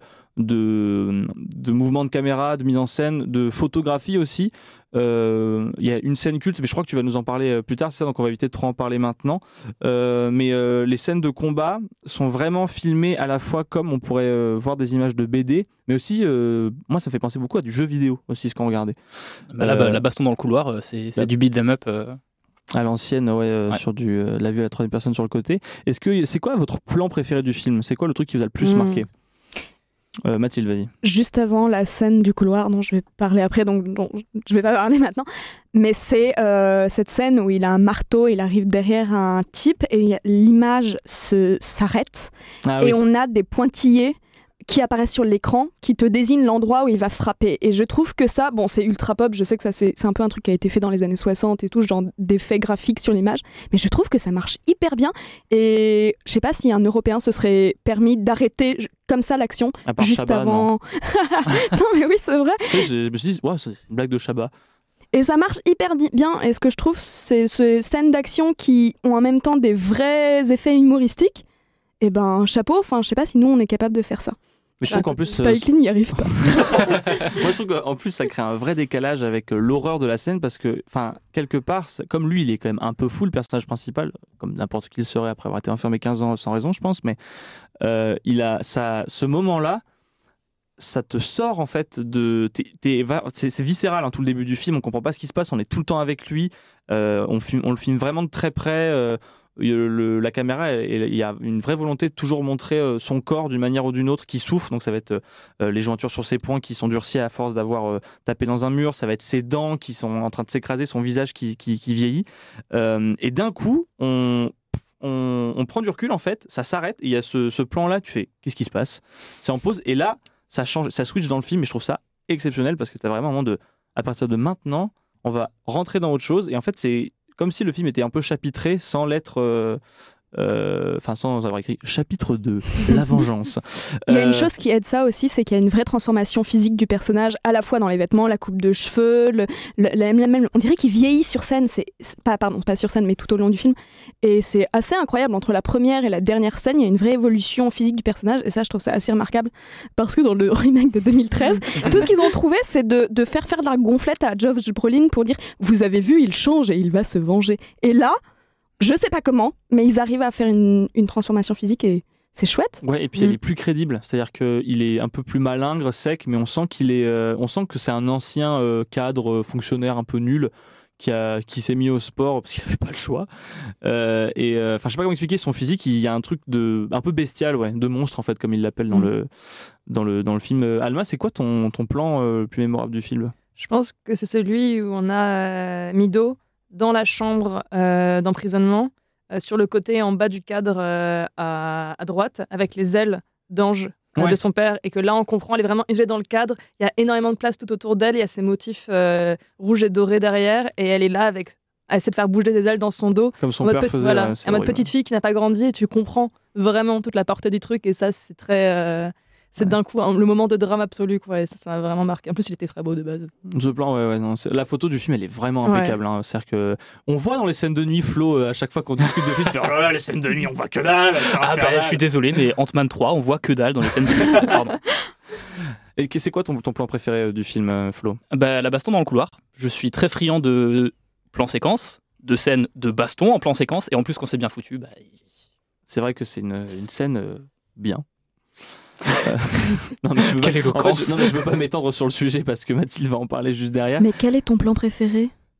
De, de mouvement de caméra, de mise en scène, de photographie aussi. Il euh, y a une scène culte, mais je crois que tu vas nous en parler plus tard, c'est ça, donc on va éviter de trop en parler maintenant. Euh, mais euh, les scènes de combat sont vraiment filmées à la fois comme on pourrait euh, voir des images de B D, mais aussi, euh, moi ça fait penser beaucoup à du jeu vidéo aussi, ce qu'on regardait. Bah, la, euh, la baston dans le couloir, c'est, c'est bah, du beat 'em up. Euh... À l'ancienne, ouais, euh, ouais. Sur du, euh, la vue à la troisième personne sur le côté. Est-ce que, c'est quoi votre plan préféré du film ? C'est quoi le truc qui vous a le plus mmh. marqué ? Euh, Mathilde, vas-y. Juste avant la scène du couloir, dont je vais parler après, donc dont je vais pas parler maintenant, mais c'est euh, cette scène où il a un marteau, il arrive derrière un type et l'image se, s'arrête ah, et oui. on a des pointillés qui apparaissent sur l'écran, qui te désignent l'endroit où il va frapper. Et je trouve que ça, bon, c'est ultra pop, je sais que ça c'est, c'est un peu un truc qui a été fait dans les années soixante et tout, genre d'effets graphiques sur l'image, mais je trouve que ça marche hyper bien. Et je sais pas si un Européen se serait permis d'arrêter comme ça l'action juste Chabat, avant. Non. non mais oui, c'est vrai. Tu sais, je me suis dit, ouais, c'est une blague de Chabat. Et ça marche hyper di- bien. Et ce que je trouve, c'est ces scènes d'action qui ont en même temps des vrais effets humoristiques. Et ben, chapeau. Enfin, je sais pas si nous on est capable de faire ça. Mais je trouve qu'en plus, Spike Lee n'y arrive pas. Moi, je trouve qu'en plus, ça crée un vrai décalage avec l'horreur de la scène parce que, enfin, quelque part, comme lui, il est quand même un peu fou, le personnage principal, comme n'importe qui le serait après avoir été enfermé quinze ans sans raison, je pense, mais euh, il a ça, ce moment-là, ça te sort en fait de. T'es, t'es, c'est, c'est viscéral, hein, tout le début du film, on comprend pas ce qui se passe, on est tout le temps avec lui, euh, on, filme, on le filme vraiment de très près. Euh, Le, la caméra, il y a une vraie volonté de toujours montrer euh, son corps d'une manière ou d'une autre qui souffre, donc ça va être euh, les jointures sur ses poings qui sont durcies à force d'avoir euh, tapé dans un mur, ça va être ses dents qui sont en train de s'écraser, son visage qui, qui, qui vieillit, euh, et d'un coup on, on, on prend du recul en fait, ça s'arrête, et il y a ce, ce plan là, tu fais qu'est-ce qui se passe, c'est en pause, et là ça change, ça switch dans le film, et je trouve ça exceptionnel parce que tu as vraiment un moment de, à partir de maintenant on va rentrer dans autre chose, et en fait c'est comme si le film était un peu chapitré sans l'être, enfin euh, euh, sans avoir écrit chapitre deux, la vengeance. Il y a une chose qui aide ça aussi, c'est qu'il y a une vraie transformation physique du personnage, à la fois dans les vêtements, la coupe de cheveux, le, le, la, la même, on dirait qu'il vieillit sur scène, c'est, c'est pas, pardon, pas sur scène, mais tout au long du film. Et c'est assez incroyable, entre la première et la dernière scène, il y a une vraie évolution physique du personnage, et ça je trouve ça assez remarquable, parce que dans le remake de deux mille treize, tout ce qu'ils ont trouvé, c'est de, de faire faire de la gonflette à Josh Brolin pour dire « Vous avez vu, il change et il va se venger ». Et là, je sais pas comment, mais ils arrivent à faire une, une transformation physique et c'est chouette. Ouais, et puis mmh. elle est plus crédible, c'est-à-dire qu'il est un peu plus malingre, sec, mais on sent qu'il est, euh, on sent que c'est un ancien euh, cadre euh, fonctionnaire un peu nul qui a, qui s'est mis au sport parce qu'il n'avait pas le choix. Euh, et enfin, euh, je sais pas comment expliquer son physique. Il y a un truc de, un peu bestial, ouais, de monstre en fait, comme il l'appelle dans mmh. le, dans le, dans le film. Alma, c'est quoi ton, ton plan euh, le plus mémorable du film ? Je pense que c'est celui où on a euh, Mido dans la chambre euh, d'emprisonnement, euh, sur le côté en bas du cadre euh, à, à droite, avec les ailes d'ange euh, ouais. de son père, et que là on comprend, elle est vraiment isolée dans le cadre, il y a énormément de place tout autour d'elle, il y a ces motifs euh, rouges et dorés derrière, et elle est là avec, à essayer de faire bouger des ailes dans son dos. Comme son père petit, faisait. Voilà, Ouais, en mode petite fille qui n'a pas grandi, et tu comprends vraiment toute la portée du truc, et ça c'est très... Euh, C'est ouais. d'un coup hein, le moment de drame absolu, quoi, et ça, ça m'a vraiment marqué. En plus, il était très beau de base. Ce plan, ouais, ouais, non, c'est... la photo du film, elle est vraiment impeccable. Ouais. Hein. C'est-à-dire que on voit dans les scènes de nuit, Flo, euh, à chaque fois qu'on discute de film, fait, oh là là, les scènes de nuit, on voit que dalle. Ça ah bah, je suis désolé, mais Ant-Man trois, on voit que dalle dans les scènes de nuit. Pardon. Et c'est quoi ton, ton plan préféré du film, euh, Flo ? Bah, la baston dans le couloir. Je suis très friand de plans séquences, de scènes de baston en plan séquence, et en plus, quand c'est bien foutu, bah. C'est vrai que c'est une, une scène euh, bien. Euh, non, mais je veux Quelle pas, éloquence. En fait, je, non mais je veux pas m'étendre sur le sujet parce que Mathilde va en parler juste derrière. Mais quel est ton plan préféré ?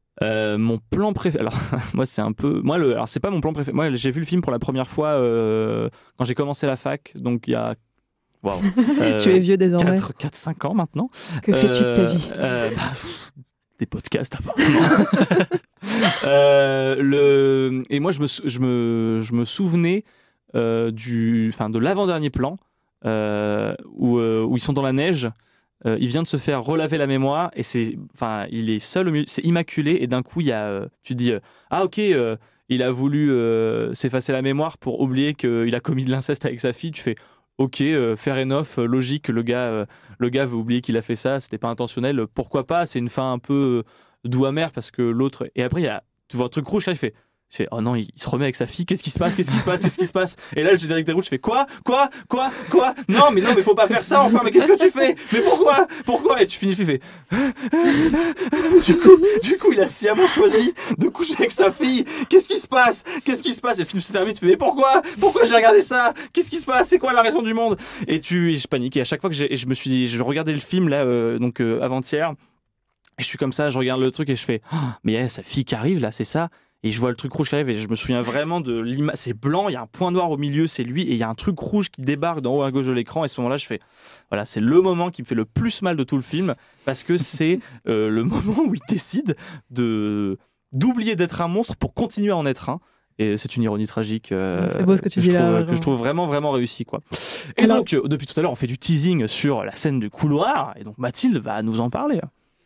Euh, mon plan préféré. Alors, moi, c'est un peu. Moi, le. Alors, c'est pas mon plan préféré. Moi, j'ai vu le film pour la première fois euh, quand j'ai commencé la fac, donc il y a. Waouh. Euh, Tu es vieux désormais. quatre cinq ans maintenant. Que fais-tu de ta Euh, vie euh, bah, pff, Des podcasts, apparemment. euh, le... Et moi, je me, sou- je me, je me souvenais euh, du... enfin, de l'avant-dernier plan euh, où, euh, où ils sont dans la neige. Euh, il vient de se faire relaver la mémoire et c'est, enfin, il est seul au milieu, c'est immaculé et d'un coup, il y a, euh, tu te dis, euh, ah ok, euh, il a voulu euh, s'effacer la mémoire pour oublier qu'il a commis de l'inceste avec sa fille. Tu fais, ok, euh, fair enough, euh, logique, le gars, euh, le gars veut oublier qu'il a fait ça, c'était pas intentionnel, pourquoi pas, c'est une fin un peu euh, doux amère parce que l'autre. Et après, il y a, tu vois un truc rouge là, il fait. Je fais, oh non, il, il se remet avec sa fille, qu'est-ce qui se passe, qu'est-ce qui se passe, qu'est-ce qui se passe? Et là, le générique des rouges, je fais, quoi, quoi, quoi, quoi? Non, mais non, mais faut pas faire ça, enfin, mais qu'est-ce que tu fais? Mais pourquoi, pourquoi? Et tu finis, tu fais, du coup, du coup, il a sciemment choisi de coucher avec sa fille, qu'est-ce qui se passe, qu'est-ce qui se passe? Et le film se termine, tu fais, mais pourquoi, pourquoi j'ai regardé ça? Qu'est-ce qui se passe? C'est quoi la raison du monde? Et tu, et je panique, et à chaque fois que j'ai, et je me suis dit, je regardais le film, là, euh, donc, euh, avant-hier, et je suis comme ça, je regarde le truc, et je fais, oh, mais il y a sa fille qui arrive, là, c'est ça? Et je vois le truc rouge qui arrive et je me souviens vraiment de l'image. C'est blanc, il y a un point noir au milieu, c'est lui, et il y a un truc rouge qui débarque d'en haut à gauche de l'écran. Et à ce moment-là, je fais, voilà, c'est le moment qui me fait le plus mal de tout le film parce que c'est euh, le moment où il décide de d'oublier d'être un monstre pour continuer à en être un. Et c'est une ironie tragique. Euh, C'est beau ce que tu je dis trouve, là. que je trouve vraiment, vraiment réussi, quoi. Et Alors- donc, euh, depuis tout à l'heure, on fait du teasing sur la scène du couloir. Et donc, Mathilde va nous en parler.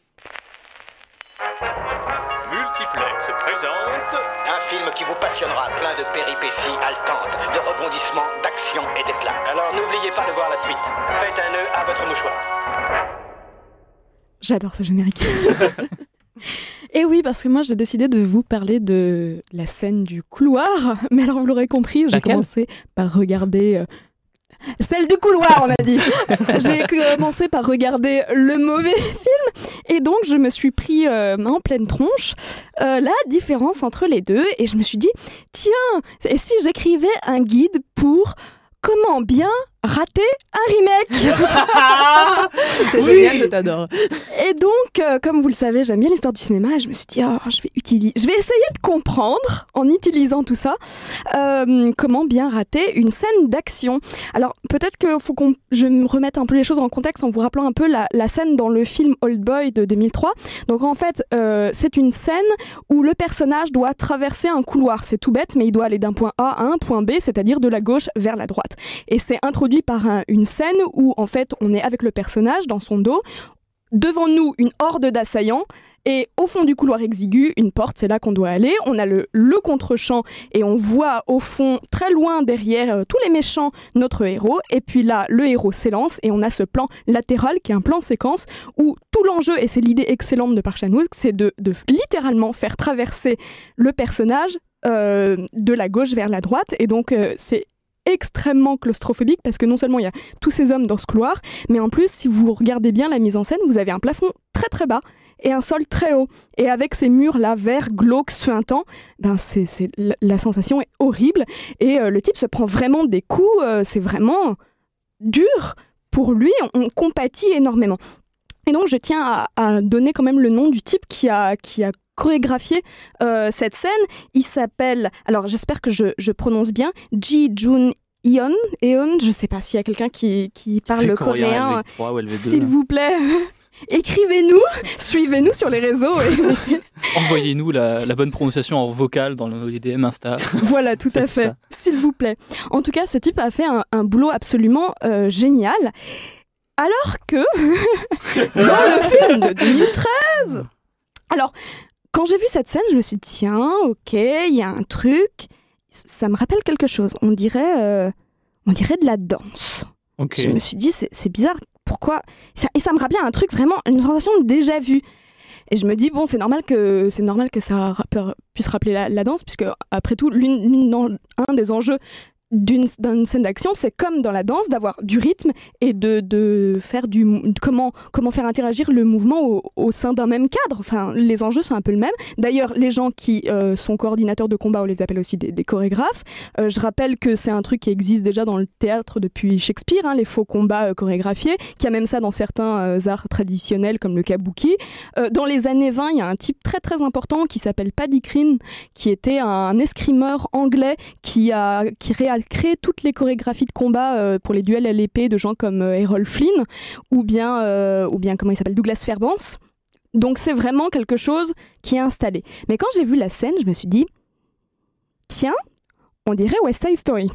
Multiplex présente Un film qui vous passionnera, plein de péripéties haletantes, de rebondissements, d'actions et d'éclats. Alors n'oubliez pas de voir la suite. Faites un nœud à votre mouchoir. J'adore ce générique. Et oui, parce que moi j'ai décidé de vous parler de la scène du couloir. Mais alors vous l'aurez compris, j'ai Laquelle commencé par regarder... euh, Celle du couloir, on a dit. J'ai commencé par regarder le mauvais film et donc je me suis pris euh, en pleine tronche euh, la différence entre les deux et je me suis dit, tiens, et si j'écrivais un guide pour comment bien rater un remake? C'est génial, je t'adore. Et donc, euh, comme vous le savez, j'aime bien l'histoire du cinéma. Et je me suis dit, oh, je vais utiliser, je vais essayer de comprendre, en utilisant tout ça, euh, comment bien rater une scène d'action. Alors, peut-être qu'il faut que je me remette un peu les choses en contexte en vous rappelant un peu la, la scène dans le film Old Boy de deux mille trois. Donc, en fait, euh, c'est une scène où le personnage doit traverser un couloir. C'est tout bête, mais il doit aller d'un point A à un point B, c'est-à-dire de la gauche vers la droite. Et c'est introduit par un, une scène où en fait on est avec le personnage dans son dos, devant nous une horde d'assaillants et au fond du couloir exigu une porte, c'est là qu'on doit aller, on a le, le contre-champ et on voit au fond très loin derrière euh, tous les méchants notre héros et puis là le héros s'élance et on a ce plan latéral qui est un plan séquence où tout l'enjeu, et c'est l'idée excellente de Park Chan-wook, c'est de, de littéralement faire traverser le personnage euh, de la gauche vers la droite et donc euh, c'est extrêmement claustrophobique parce que non seulement il y a tous ces hommes dans ce couloir, mais en plus si vous regardez bien la mise en scène, vous avez un plafond très très bas et un sol très haut. Et avec ces murs là verts, glauques, suintants, ben c'est, c'est, la, la sensation est horrible et euh, le type se prend vraiment des coups, euh, c'est vraiment dur pour lui, on, on compatit énormément. Et donc je tiens à, à donner quand même le nom du type qui a, qui a chorégraphié euh, cette scène. Il s'appelle, alors j'espère que je, je prononce bien, Ji Jun Eon, Eon, je sais pas s'il y a quelqu'un qui, qui parle le coréen, trois ou L V deux, s'il là. vous plaît, écrivez-nous, suivez-nous sur les réseaux. Et... Envoyez-nous la, la bonne prononciation en vocal dans le, les D M Insta. Voilà, tout à Faites fait, ça. s'il vous plaît. En tout cas, ce type a fait un, un boulot absolument euh, génial. Alors que, dans le film de deux mille treize, alors, quand j'ai vu cette scène, je me suis dit, tiens, ok, il y a un truc, ça me rappelle quelque chose. On dirait, euh, on dirait de la danse. Ok. Je me suis dit, c'est, c'est bizarre, pourquoi ça, et ça me rappelait un truc vraiment, une sensation de déjà vu. Et je me dis, bon, c'est normal que, c'est normal que ça rappeur, puisse rappeler la, la danse, puisque après tout, l'une, l'une, un des enjeux d'une, d'une scène d'action, c'est comme dans la danse, d'avoir du rythme et de, de faire du... Comment, comment faire interagir le mouvement au, au sein d'un même cadre. Enfin, les enjeux sont un peu le même. D'ailleurs, les gens qui euh, sont coordinateurs de combat, on les appelle aussi des, des chorégraphes. Euh, je rappelle que c'est un truc qui existe déjà dans le théâtre depuis Shakespeare, hein, les faux combats euh, chorégraphiés, qu'il y a même ça dans certains euh, arts traditionnels comme le kabuki. Euh, dans les années vingt, il y a un type très très important qui s'appelle Paddy Crane, qui était un escrimeur anglais qui a, qui a créé toutes les chorégraphies de combat euh, pour les duels à l'épée de gens comme euh, Errol Flynn ou bien, euh, ou bien comment il s'appelle, Douglas Fairbanks. Donc c'est vraiment quelque chose qui est installé. Mais quand j'ai vu la scène, je me suis dit, tiens, on dirait West Side Story.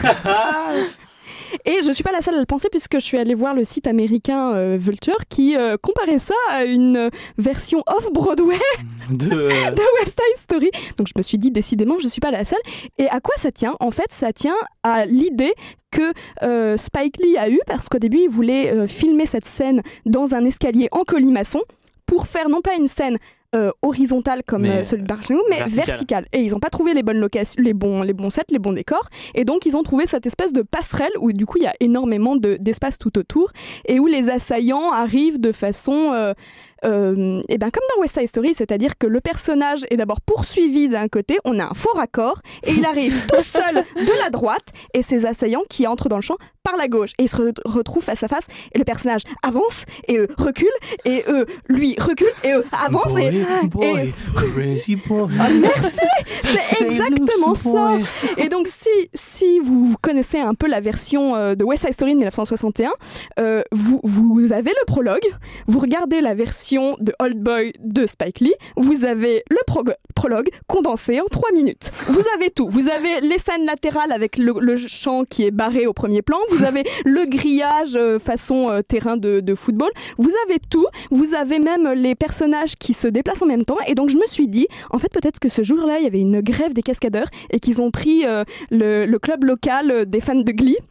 Et je ne suis pas la seule à le penser puisque je suis allée voir le site américain euh, Vulture qui euh, comparait ça à une version off-Broadway de... de West Side Story. Donc je me suis dit décidément je ne suis pas la seule. Et à quoi ça tient ? En fait ça tient à l'idée que euh, Spike Lee a eue parce qu'au début il voulait euh, filmer cette scène dans un escalier en colimaçon pour faire non pas une scène Euh, horizontale comme mais, euh, celui de Barcelone, mais verticale. verticale. Et ils n'ont pas trouvé les bonnes locations, les bons, les bons sets, les bons décors. Et donc ils ont trouvé cette espèce de passerelle où du coup il y a énormément de, d'espace tout autour et où les assaillants arrivent de façon euh, euh, et ben comme dans West Side Story, c'est-à-dire que le personnage est d'abord poursuivi d'un côté, on a un faux raccord et il arrive tout seul de la droite et ces assaillants qui entrent dans le champ par la gauche et ils se re- retrouvent face à face et le personnage avance et eux recule et eux lui recule et eux avance boy, et, boy, et... crazy boy. Ah, merci, c'est Stay exactement loose, ça. boy. Et donc si, si vous connaissez un peu la version euh, de West Side Story de dix-neuf cent soixante et un, euh, vous, vous avez le prologue, vous regardez la version de Old Boy de Spike Lee, vous avez le pro- prologue condensé en trois minutes. Vous avez tout, vous avez les scènes latérales avec le, le champ qui est barré au premier plan, vous avez le grillage euh, façon euh, terrain de, de football, vous avez tout, vous avez même les personnages qui se déplacent en même temps et donc je me suis dit, en fait peut-être que ce jour-là il y avait une grève des cascadeurs et qu'ils ont pris euh, le, le club local des fans de Glee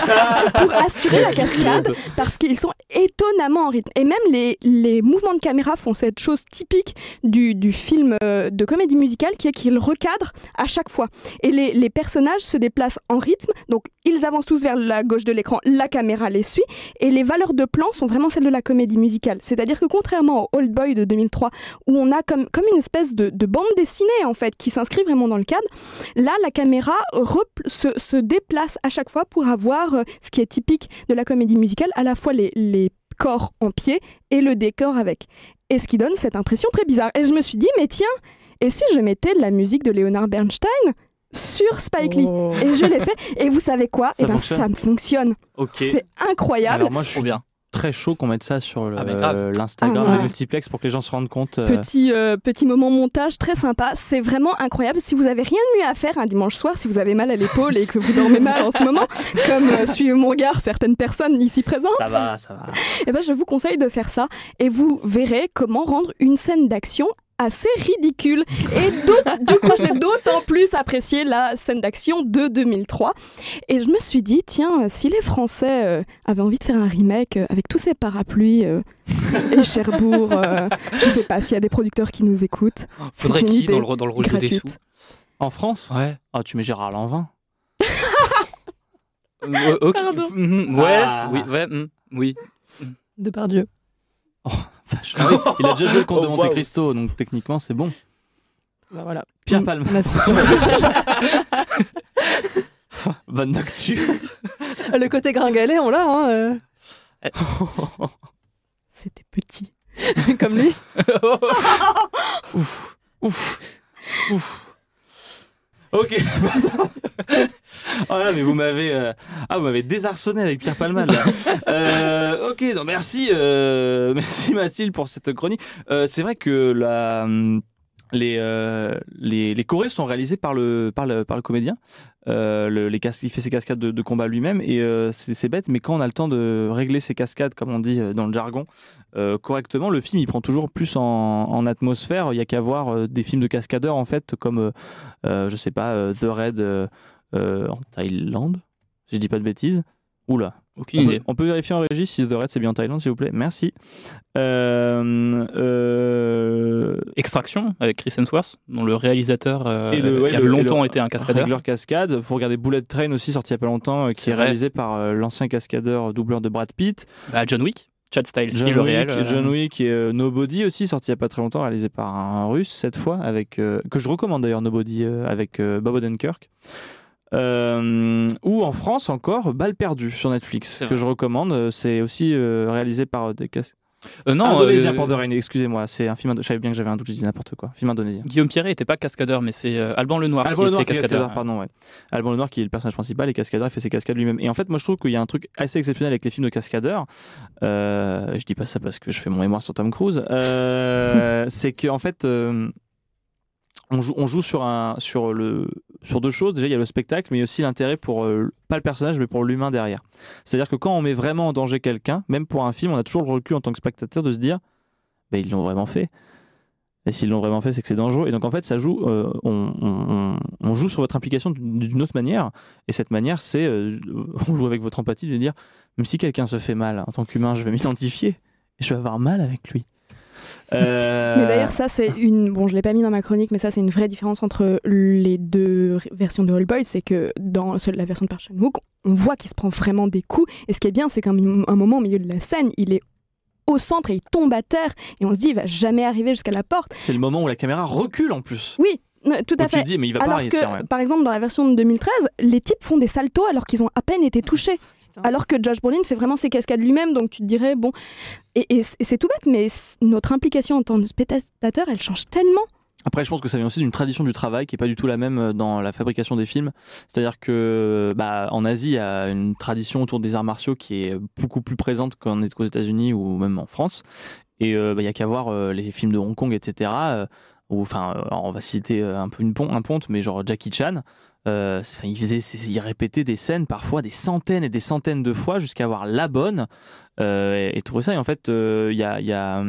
pour assurer la cascade parce qu'ils sont étonnamment en rythme et même les, les mouvements de caméra font cette chose typique du, du film euh, de comédie musicale qui est qu'ils recadrent à chaque fois et les, les personnages se déplacent en rythme donc ils avancent tous vers la gauche de l'écran, la caméra les suit et les valeurs de plan sont vraiment celles de la comédie musicale, c'est-à-dire que contrairement au Old Boy de deux mille trois où on a comme, comme une espèce de, de bande dessinée en fait qui s'inscrit vraiment dans le cadre, là la caméra repl- se, se déplace à chaque fois pour avoir euh, ce qui est typique de la comédie musicale, à la fois les, les corps en pied et le décor avec. Et ce qui donne cette impression très bizarre. Et je me suis dit, mais tiens, et si je mettais de la musique de Leonard Bernstein sur Spike Lee Oh. et je l'ai fait. Et vous savez quoi ? Ça Et ben fonctionne. ça me fonctionne. Ok. C'est incroyable. Alors moi je Trop suis bien. très chaud qu'on mette ça sur le- Ah bah grave. l'Instagram Ah ouais. de Multiplex pour que les gens se rendent compte. euh, Petit, euh, petit moment montage très sympa, c'est vraiment incroyable. Si vous avez rien de mieux à faire un dimanche soir, si vous avez mal à l'épaule et que vous dormez mal en ce moment, comme euh, suivez mon regard certaines personnes ici présentes, Ça va, ça va. eh ben, je vous conseille de faire ça et vous verrez comment rendre une scène d'action assez ridicule. Et d'autant- du coup, j'ai d'autant plus apprécié la scène d'action de deux mille trois. Et je me suis dit, tiens, si les Français euh, avaient envie de faire un remake euh, avec tous ces parapluies euh, et Cherbourg, euh, je sais pas s'il y a des producteurs qui nous écoutent. Faudrait C'est une qui dans idée le, dans le rôle de gratuite. Dessous En France Ouais. Ah, tu mets Gérard Lanvin. Euh, ok. Pardon. Mhm, ouais, Ah. oui, ouais, mhm, oui. Depardieu. Vache. Ah oui, il a déjà joué le Comte de Oh, Monte wow. Cristo, donc techniquement c'est bon. Bah voilà. Pierre Mm. Palma. On a ce- Bonne actu. Le côté gringalet, on l'a. Hein, euh. C'était petit. Comme lui. Ouf. Ouf. Ouf. Ok. Oh là, mais vous m'avez, euh, ah, vous m'avez désarçonné avec Pierre Palmade. Là. Euh, ok, donc merci, euh, merci Mathilde pour cette chronique. Euh, c'est vrai que la, les, euh, les, les chorés sont réalisés par le, par le, par le comédien. Euh, le, les cas- il fait ses cascades de, de combat lui-même et euh, c'est, c'est bête, mais quand on a le temps de régler ses cascades, comme on dit euh, dans le jargon, euh, correctement, le film il prend toujours plus en, en atmosphère. Il y a qu'à voir euh, des films de cascadeurs en fait, comme euh, euh, je sais pas, euh, The Raid euh, euh, en Thaïlande, si je dis pas de bêtises. Oula, Aucune on, idée. peut, on peut vérifier en régie si The Red c'est bien en Thaïlande, s'il vous plaît. Merci. Euh, euh, Extraction avec Chris Hemsworth, dont le réalisateur euh, Et le- ouais, il y a le- longtemps et le- été un cascadeur. Régleur cascade. Faut regarder Bullet Train aussi, sorti il y a pas longtemps, euh, qui C'est est vrai. réalisé par euh, l'ancien cascadeur doubleur de Brad Pitt. Bah, John Wick, Chad Stiles, John le Wick, réel. euh, John Wick et euh, Nobody aussi, sorti il y a pas très longtemps, réalisé par un Russe cette fois, avec euh, que je recommande d'ailleurs, Nobody, euh, avec euh, Bob Odenkirk. Euh, ou en France encore, Balle perdue sur Netflix, C'est que vrai. je recommande. Euh, C'est aussi euh, réalisé par euh, des cas. Euh, non, Indonésien euh, pour The Rain, excusez-moi, c'est un film. Indo- Je savais bien que j'avais un doute, je dis n'importe quoi. Film indonésien. Guillaume Pierret n'était pas cascadeur, mais c'est euh, Alban Lenoir Alban qui Lenoir était qui est cascadeur. cascadeur, pardon, ouais. Alban Lenoir qui est le personnage principal et cascadeur, il fait ses cascades lui-même. Et en fait, moi je trouve qu'il y a un truc assez exceptionnel avec les films de cascadeurs. Euh, je dis pas ça parce que je fais mon mémoire sur Tom Cruise. Euh, c'est qu'en fait, euh, on joue, on joue sur, un, sur, le, sur deux choses. Déjà, il y a le spectacle, mais il y a aussi l'intérêt pour, euh, pas le personnage, mais pour l'humain derrière. C'est-à-dire que quand on met vraiment en danger quelqu'un, même pour un film, on a toujours le recul en tant que spectateur de se dire, bah, ils l'ont vraiment fait. Et s'ils l'ont vraiment fait, c'est que c'est dangereux. Et donc en fait, ça joue, euh, on, on, on joue sur votre implication d'une autre manière. Et cette manière, c'est, euh, on joue avec votre empathie de dire, même si quelqu'un se fait mal, en tant qu'humain, je vais m'identifier et je vais avoir mal avec lui. Euh... Mais d'ailleurs, ça, c'est une. Bon, je l'ai pas mis dans ma chronique, mais ça, c'est une vraie différence entre les deux r- versions de Oldboy. C'est que dans celle- la version de Park Chan-wook, on voit qu'il se prend vraiment des coups. Et ce qui est bien, c'est qu'à un un moment au milieu de la scène, il est au centre et il tombe à terre. Et on se dit, il va jamais arriver jusqu'à la porte. C'est le moment où la caméra recule en plus. Oui, euh, tout à Où tu fait. te dis, mais il va Alors pas réussir. que, ouais. par exemple, dans la version de deux mille treize, les types font des saltos alors qu'ils ont à peine été touchés. Putain. Alors que Josh Brolin fait vraiment ses cascades lui-même, donc tu te dirais, bon. Et, et c- et c'est tout bête, mais c- notre implication en tant que spectateur, elle change tellement. Après, je pense que ça vient aussi d'une tradition du travail qui est pas du tout la même dans la fabrication des films. C'est-à-dire que, bah, en Asie, il y a une tradition autour des arts martiaux qui est beaucoup plus présente qu'en est aux États-Unis ou même en France. Et euh, bah, il y a qu'à voir euh, les films de Hong Kong, et cetera. euh, où, enfin, euh, on va citer euh, un peu une pon- un ponte, mais genre Jackie Chan. Euh, c'est- il faisait, c'est- il répétait des scènes parfois des centaines et des centaines de fois jusqu'à avoir la bonne euh, et, et trouver ça. Et en fait, euh, il y a, il y a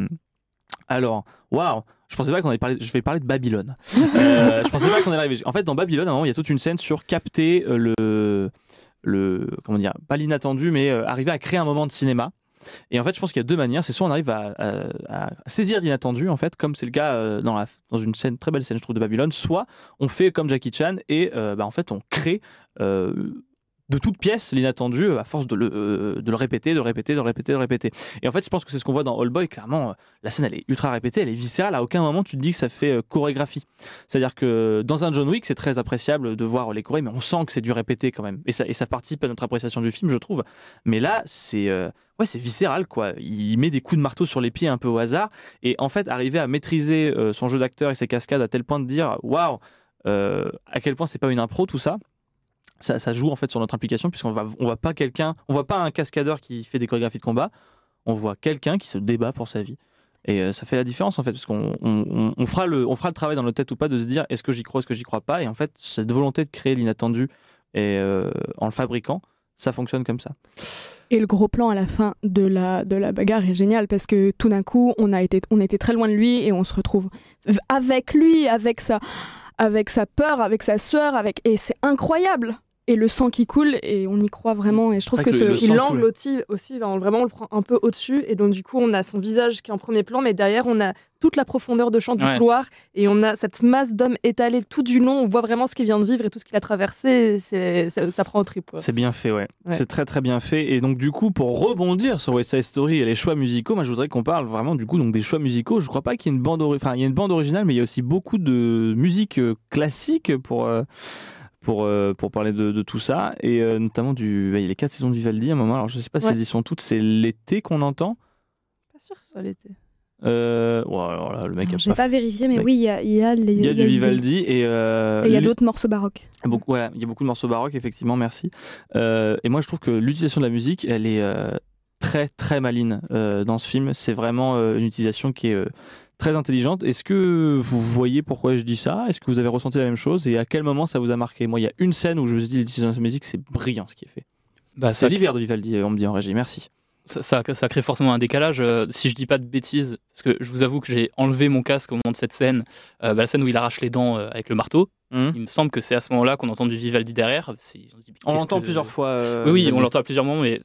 alors, waouh. Je pensais pas qu'on allait parler. Je vais parler de Babylone. Euh, je pensais pas qu'on allait arriver. En fait, dans Babylone, à un moment, il y a toute une scène sur capter euh, le, le, comment dire, pas l'inattendu, mais euh, arriver à créer un moment de cinéma. Et en fait, je pense qu'il y a deux manières. C'est soit on arrive à, à- à saisir l'inattendu, en fait, comme c'est le cas euh, dans, la, dans une scène, très belle scène, je trouve, de Babylone. Soit on fait comme Jackie Chan et euh, bah, en fait, on crée euh, de toutes pièces l'inattendu euh, à force de le, euh, de le répéter, de le répéter, de le répéter, de le répéter. Et en fait, je pense que c'est ce qu'on voit dans Oldboy. Clairement, euh, la scène, elle est ultra répétée, elle est viscérale. À aucun moment, tu te dis que ça fait euh, chorégraphie. C'est-à-dire que dans un John Wick, c'est très appréciable de voir les chorés, mais on sent que c'est du répété quand même. Et ça, et ça participe à notre appréciation du film, je trouve. Mais là, c'est euh, ouais, c'est viscéral, quoi. Il met des coups de marteau sur les pieds un peu au hasard. Et en fait, arriver à maîtriser euh, son jeu d'acteur et ses cascades à tel point de dire waouh, euh, à quel point c'est pas une impro tout ça. Ça, ça joue en fait sur notre implication, puisqu'on va, on voit pas quelqu'un, on voit pas un cascadeur qui fait des chorégraphies de combat, on voit quelqu'un qui se débat pour sa vie. Et euh, ça fait la différence en fait, parce qu'on on, on- on fera le, on fera le travail dans notre tête ou pas de se dire est-ce que j'y crois, est-ce que j'y crois pas. Et en fait, cette volonté de créer l'inattendu et euh, en le fabriquant, ça fonctionne comme ça. Et le gros plan à la fin de la, de la bagarre est génial parce que tout d'un coup, on, a été, on était très loin de lui et on se retrouve v- avec lui, avec sa, avec sa peur, avec sa sueur, avec... et c'est incroyable. Et le sang qui coule, et on y croit vraiment. Et je trouve C'est que, vrai que le- ce... le sang Il coule. l'angle aussi, aussi là, on- vraiment on le prend un peu au-dessus et donc du coup on a son visage qui est en premier plan mais derrière on a toute la profondeur de champ du Ouais. couloir et on a cette masse d'hommes étalés tout du long, on voit vraiment ce qu'il vient de vivre et tout ce qu'il a traversé, c'est, ça, ça prend au trip quoi. C'est bien fait, ouais. Ouais. C'est très très bien fait. Et donc du coup, pour rebondir sur West Side Story et les choix musicaux, moi je voudrais qu'on parle vraiment du coup donc des choix musicaux. Je crois pas qu'il y ait une bande, ori- enfin il y a une bande originale, mais il y a aussi beaucoup de musique euh, classique pour euh, pour euh, pour parler de, de tout ça et euh, notamment du. bah, il y a les quatre saisons de Vivaldi à un moment. Alors je sais pas si Ouais. elles y sont toutes. C'est l'été qu'on entend. Pas sûr que ce soit l'été. Euh, ouais, alors là, le mec Alors, a j'ai pas pas vérifié, mais Mec. oui, il y a, il y a les- Il y a du les- Vivaldi et euh, Et il y a les- d'autres morceaux baroques. Beaucoup, ouais, il y a beaucoup de morceaux baroques, effectivement, merci. Euh, et moi, je trouve que l'utilisation de la musique, elle est euh, très, très maligne euh, dans ce film. C'est vraiment euh, une utilisation qui est euh, très intelligente. Est-ce que vous voyez pourquoi je dis ça? Est-ce que vous avez ressenti la même chose? Et à quel moment ça vous a marqué? Moi, il y a une scène où je me suis dit, l'utilisation de la musique, c'est brillant ce qui est fait. Bah, C'est ça, l'hiver de Vivaldi, on me dit en régie, merci. ça, ça, ça crée forcément un décalage. euh, si je dis pas de bêtises, parce que je vous avoue que j'ai enlevé mon casque au moment de cette scène, euh, bah, la scène où il arrache les dents euh, avec le marteau, Hum. il me semble que c'est à ce moment-là qu'on entend du Vivaldi derrière. C'est- on se dit, On qu'est-ce l'entend que- plusieurs fois. euh, Oui, oui, Vivaldi. on l'entend à plusieurs moments, mais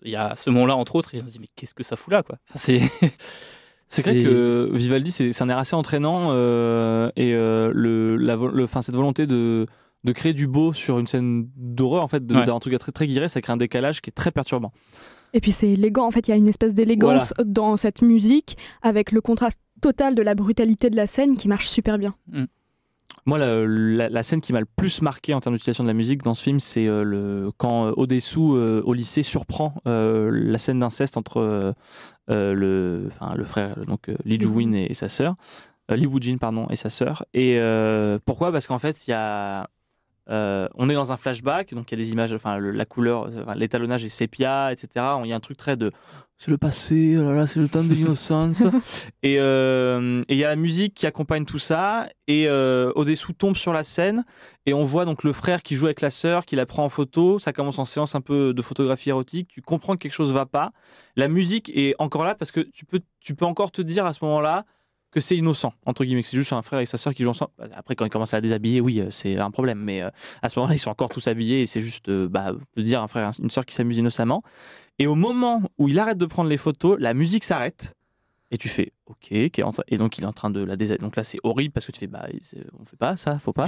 il y a ce moment-là entre autres, et on se dit mais qu'est-ce que ça fout là quoi. Enfin, c'est C'est vrai Et- que Vivaldi, c'est, c'est un air assez entraînant euh, et euh, le, la, vo- le, fin, cette volonté de, de créer du beau sur une scène d'horreur, en fait, de, Ouais. d'un truc très, très guiré, ça crée un décalage qui est très perturbant. Et puis c'est élégant, en fait, il y a une espèce d'élégance dans cette musique avec le contraste total de la brutalité de la scène qui marche super bien. Moi, la, la, la scène qui m'a le plus marqué en termes d'utilisation de la musique dans ce film, c'est euh, le, quand euh, Odessu, euh, au lycée, surprend euh, la scène d'inceste entre euh, euh, le, enfin, le frère, donc euh, Lee Joo-win et, et sa sœur, euh, Lee Woo-jin, pardon, et sa sœur. Et euh, pourquoi ? Parce qu'en fait, il y a, euh, on est dans un flashback, donc il y a des images, enfin, le- la couleur, enfin, l'étalonnage est sépia, et cetera. Il y a un truc très de c'est le passé, oh là là, c'est le temps de l'innocence. Et euh, et il y a la musique qui accompagne tout ça. Et euh, Odessu tombe sur la scène. Et on voit donc le frère qui joue avec la sœur, qui la prend en photo. Ça commence en séance un peu de photographie érotique. Tu comprends que quelque chose va pas. La musique est encore là parce que tu peux, tu peux encore te dire à ce moment-là que c'est innocent, entre guillemets, que c'est juste un frère et sa sœur qui jouent ensemble. Après, quand ils commencent à la déshabiller, oui, euh, c'est un problème. Mais euh, à ce moment-là, ils sont encore tous habillés et c'est juste, euh, bah, de dire un frère et une sœur qui s'amusent innocemment. Et au moment où il arrête de prendre les photos, la musique s'arrête. Et tu fais, ok, qui est en train- et donc il est en train de la déshabiller. Donc là, c'est horrible parce que tu fais, bah, c'est- on fait pas ça, faut pas.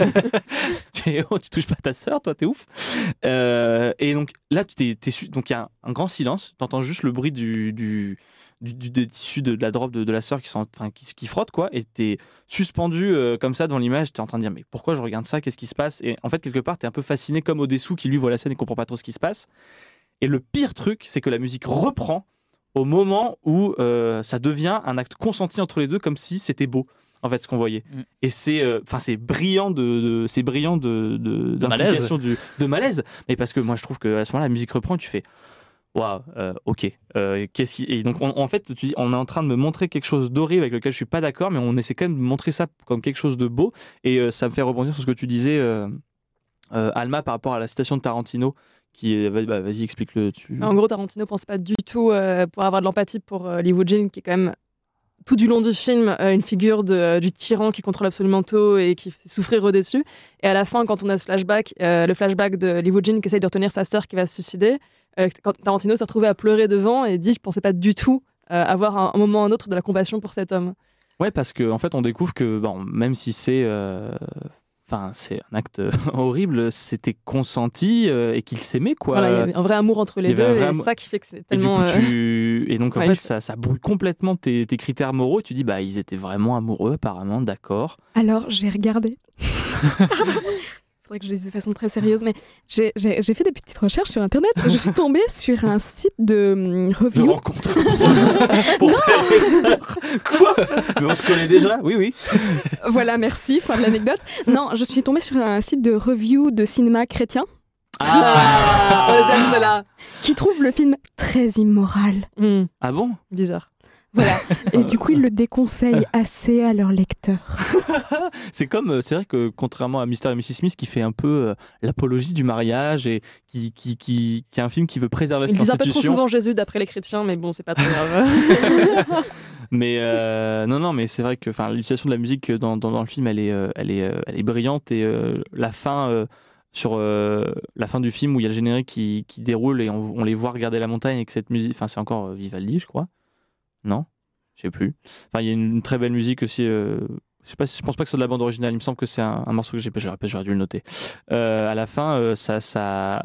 tu, fais, oh, tu touches pas ta sœur, toi, t'es ouf. Euh, et donc là, tu t'es, t'es su- donc il y a un, un grand silence. T'entends juste le bruit du, du, du, du- des tissus de, de la drop de, de la sœur qui, sont, enfin, qui, qui frottent, quoi. Et t'es suspendu euh, comme ça devant l'image. T'es en train de dire, mais pourquoi je regarde ça ? Qu'est-ce qui se passe ? Et en fait, quelque part, t'es un peu fasciné comme Odessu qui lui voit la scène et comprend pas trop ce qui se passe. Et le pire truc, c'est que la musique reprend au moment où euh, ça devient un acte consenti entre les deux, comme si c'était beau, en fait, ce qu'on voyait. Mm. Et c'est, euh, enfin, c'est brillant de, de- c'est brillant de, de, d'implication du, de malaise. Mais parce que moi, je trouve qu'à ce moment-là, la musique reprend, et tu fais, waouh, euh, ok. Euh, qu'est-ce qui... Et donc, on- en fait, tu dis, on est en train de me montrer quelque chose d'horrible avec lequel je suis pas d'accord, mais on essaie quand même de montrer ça comme quelque chose de beau. Et euh, ça me fait rebondir sur ce que tu disais, euh, euh, Alma, par rapport à la citation de Tarantino. Qui est, bah, bah, vas-y, explique-le. Tu... En gros, Tarantino pense pas du tout euh, pour avoir de l'empathie pour euh, Lee Woo-jin, qui est quand même tout du long du film euh, une figure de, euh, du tyran qui contrôle absolument tout et qui fait souffrir au-dessus. Et à la fin, quand on a ce flashback, euh, le flashback de Lee Woo-jin qui essaye de retenir sa sœur qui va se suicider, euh, quand Tarantino s'est retrouvé à pleurer devant et dit « Je pensais pas du tout euh, avoir un, un moment ou un autre de la compassion pour cet homme. » Ouais, parce qu'en en fait, on découvre que bon, même si c'est, euh, enfin, c'est un acte horrible, c'était consenti euh, et qu'ils s'aimaient, quoi. Voilà, il y avait un vrai amour entre les il y deux avait un vrai et amour- ça qui fait que c'est Et du tellement... coup, euh, tu... et donc en Ouais, fait, il faut- ça, ça brouille complètement tes, tes critères moraux. Et tu dis, bah, ils étaient vraiment amoureux, apparemment, d'accord. Alors, j'ai regardé. Pardon. Faudrait que je le dise de façon très sérieuse, mais j'ai, j'ai, j'ai fait des petites recherches sur Internet et je suis tombée sur un site de hum, De review. rencontre pour, pour frères et sœurs. Quoi ? Mais on se connaît déjà ? Oui, oui. Voilà, merci, fin de l'anecdote. Non, je suis tombée sur un site de review de cinéma chrétien Ah, on les aime, ceux-là. qui trouve le film très immoral. Hmm, Ah bon ? bizarre. Voilà. Et du coup, ils le déconseillent assez à leurs lecteurs. C'est comme, euh, c'est vrai que contrairement à Mister et missus Smith qui fait un peu euh, l'apologie du mariage et qui, qui, qui, qui est un film qui veut préserver Ils cette disent un peu trop institution. souvent Jésus d'après les chrétiens, mais bon, c'est pas très grave. Mais euh, non, non, mais c'est vrai que enfin, l'utilisation de la musique dans, dans, dans le film, elle est, euh, elle est, euh, elle est brillante et euh, la fin, euh, sur euh, la fin du film où il y a le générique qui, qui déroule et on, on les voit regarder la montagne et que cette musique, enfin c'est encore euh, Vivaldi, je crois. Non, je sais plus. Enfin, il y a une, une très belle musique aussi. Euh, je sais pas, si- je pense pas que ce soit de la bande originale. Il me semble que c'est un, un morceau que j'ai pas. Je répète, j'aurais dû le noter. Euh, à la fin, euh, ça, ça,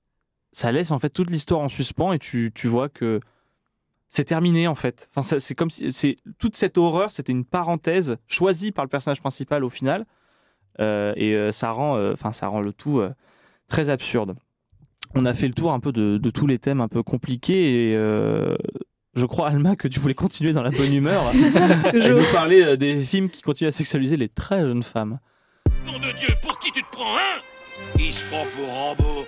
ça laisse en fait toute l'histoire en suspens et tu, tu vois que c'est terminé en fait. Enfin, ça- c'est comme si c'est toute cette horreur, c'était une parenthèse choisie par le personnage principal au final, Euh, et euh, ça rend, euh, enfin, ça rend le tout euh, très absurde. On a fait le tour un peu de, de tous les thèmes un peu compliqués et euh, je crois, Alma, que tu voulais continuer dans la bonne humeur et Toujours. nous parler euh, des films qui continuent à sexualiser les très jeunes femmes. Nom de Dieu, pour qui tu te prends, hein? Il se prend pour Rambo.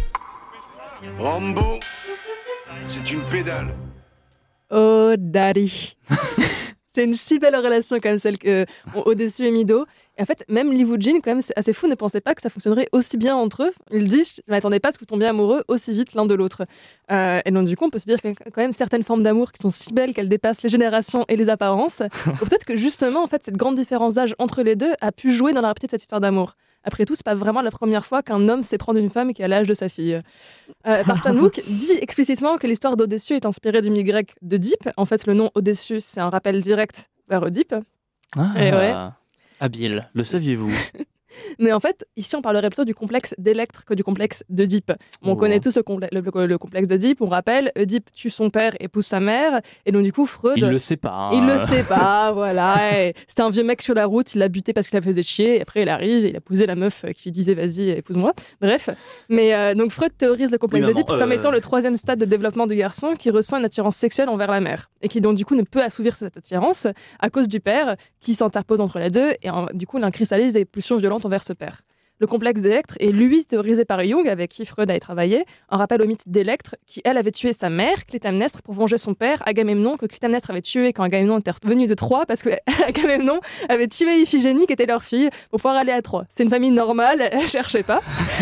Rambo, c'est une pédale. Oh, daddy. C'est une si belle relation comme celle que ont Odessu et Mido. Et en fait, même Lee Woo-jin, quand même, c'est assez fou, ne pensait pas que ça fonctionnerait aussi bien entre eux. Ils disent, je ne m'attendais pas à ce que vous tombiez amoureux aussi vite l'un de l'autre. Euh, et donc, du coup, on peut se dire qu'il y a quand même certaines formes d'amour qui sont si belles qu'elles dépassent les générations et les apparences. Ou peut-être que justement, en fait, cette grande différence d'âge entre les deux a pu jouer dans la rapidité de cette histoire d'amour. Après tout, c'est pas vraiment la première fois qu'un homme sait prendre une femme qui a l'âge de sa fille. Euh, Park Chan-wook dit explicitement que l'histoire d'Odysseus est inspirée du mythe grec d'Oedipe. En fait, le nom Odysseus, c'est un rappel direct vers Oedipe. Ah, Et ouais. Habile. Le saviez-vous? Mais en fait, ici, on parlerait plutôt du complexe d'Électre que du complexe d'Oedipe. On Oh. connaît tous le, compl- le, le complexe d'Oedipe. On rappelle, Oedipe tue son père, épouse sa mère. Et donc, du coup, Freud... Il le sait pas. hein. Il le sait pas, voilà. Et c'était un vieux mec sur la route, il l'a buté parce qu'il la faisait chier. Et après, il arrive, et il a épousé la meuf qui lui disait vas-y, épouse-moi. Bref. Mais euh, donc, Freud théorise le complexe Oui, maman, d'Oedipe comme euh, étant le troisième stade de développement du garçon qui ressent une attirance sexuelle envers la mère. Et qui donc, du coup, ne peut assouvir cette attirance à cause du père qui s'interpose entre les deux. Et en- du coup, il en cristallise des pulsions violentes envers ce père. Le complexe d'Électre est lui théorisé par Jung, avec qui Freud a travaillé, en rappel au mythe d'Électre, qui elle avait tué sa mère, Clytemnestre, pour venger son père, Agamemnon, que Clytemnestre avait tué quand Agamemnon était revenu de Troie, parce que Agamemnon avait tué Iphigénie, qui était leur fille, pour pouvoir aller à Troie. C'est une famille normale, elle cherchait pas.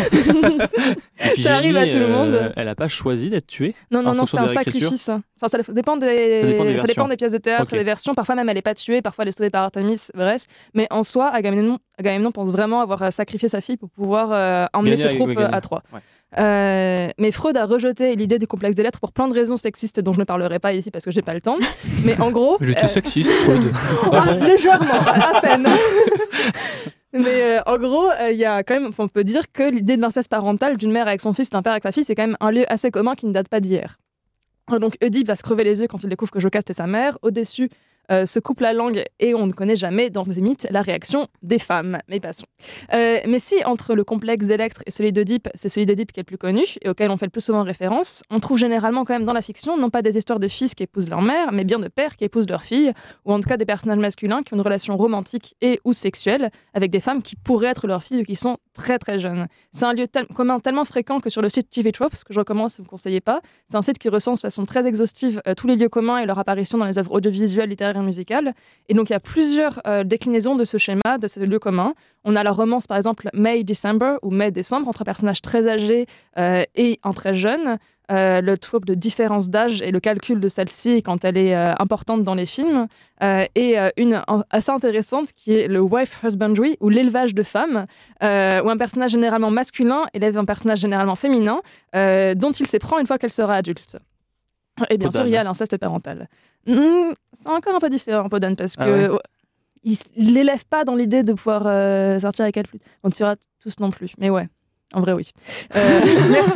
Iphigénie, Ça arrive à tout le monde. euh, elle a pas choisi d'être tuée. Non, non, En non, fonction c'était un de la réécriture. sacrifice. Enfin, ça dépend des, Ça dépend des versions. pièces de théâtre, Ok. des versions. Parfois même, elle n'est pas tuée, parfois elle est sauvée par Artémis, bref. Mais en soi, Agamemnon, Agamemnon pense vraiment avoir euh, sacrifié sa fille pour pouvoir euh, emmener Gagner, ses troupes ouais, euh, gagner. à Troie. Ouais. Euh, mais Freud a rejeté l'idée du complexe d'Électre pour plein de raisons sexistes dont je ne parlerai pas ici parce que j'ai pas le temps. Mais en gros, J'étais euh, sexiste, Freud. ah, légèrement, à peine. Mais euh, en gros, il y a quand même, on peut dire que l'idée de l'inceste parental d'une mère avec son fils, d'un père avec sa fille, c'est quand même un lieu assez commun qui ne date pas d'hier. Donc Oedipe va se crever les yeux quand il découvre que Jocaste est sa mère. Au-dessus, euh, se coupe la langue et on ne connaît jamais dans les mythes la réaction des femmes. Mais passons. Euh, mais si entre le complexe d'Électre et celui d'Oedipe, c'est celui d'Oedipe qui est le plus connu et auquel on fait le plus souvent référence, on trouve généralement quand même dans la fiction non pas des histoires de fils qui épousent leur mère, mais bien de pères qui épousent leur fille, ou en tout cas des personnages masculins qui ont une relation romantique et ou sexuelle avec des femmes qui pourraient être leurs filles ou qui sont très très jeunes. C'est un lieu tel- commun tellement fréquent que sur le site T V Tropes, que je recommande si vous ne conseillez pas, c'est un site qui recense de façon très exhaustive euh, tous les lieux communs et leur apparition dans les œuvres audiovisuelles, littéraires et musicales. Et donc il y a plusieurs euh, déclinaisons de ce schéma, de ces lieux communs. On a la romance par exemple May-December ou Mai-Décembre entre un personnage très âgé euh, et un très jeune. Euh, le trope de différence d'âge et le calcul de celle-ci quand elle est euh, importante dans les films. Euh, et euh, une en- assez intéressante qui est le wife husbandry ou l'élevage de femmes, euh, où un personnage généralement masculin élève un personnage généralement féminin euh, dont il s'éprend une fois qu'elle sera adulte. Et bien Podane. sûr, il y a l'inceste parental. Hmm, c'est encore un peu différent, Podane, parce Ah que ouais ouais, il il l'élève pas dans l'idée de pouvoir euh, sortir avec elle plus. On ne tuera tous non plus, mais ouais. En vrai, oui. Euh, merci.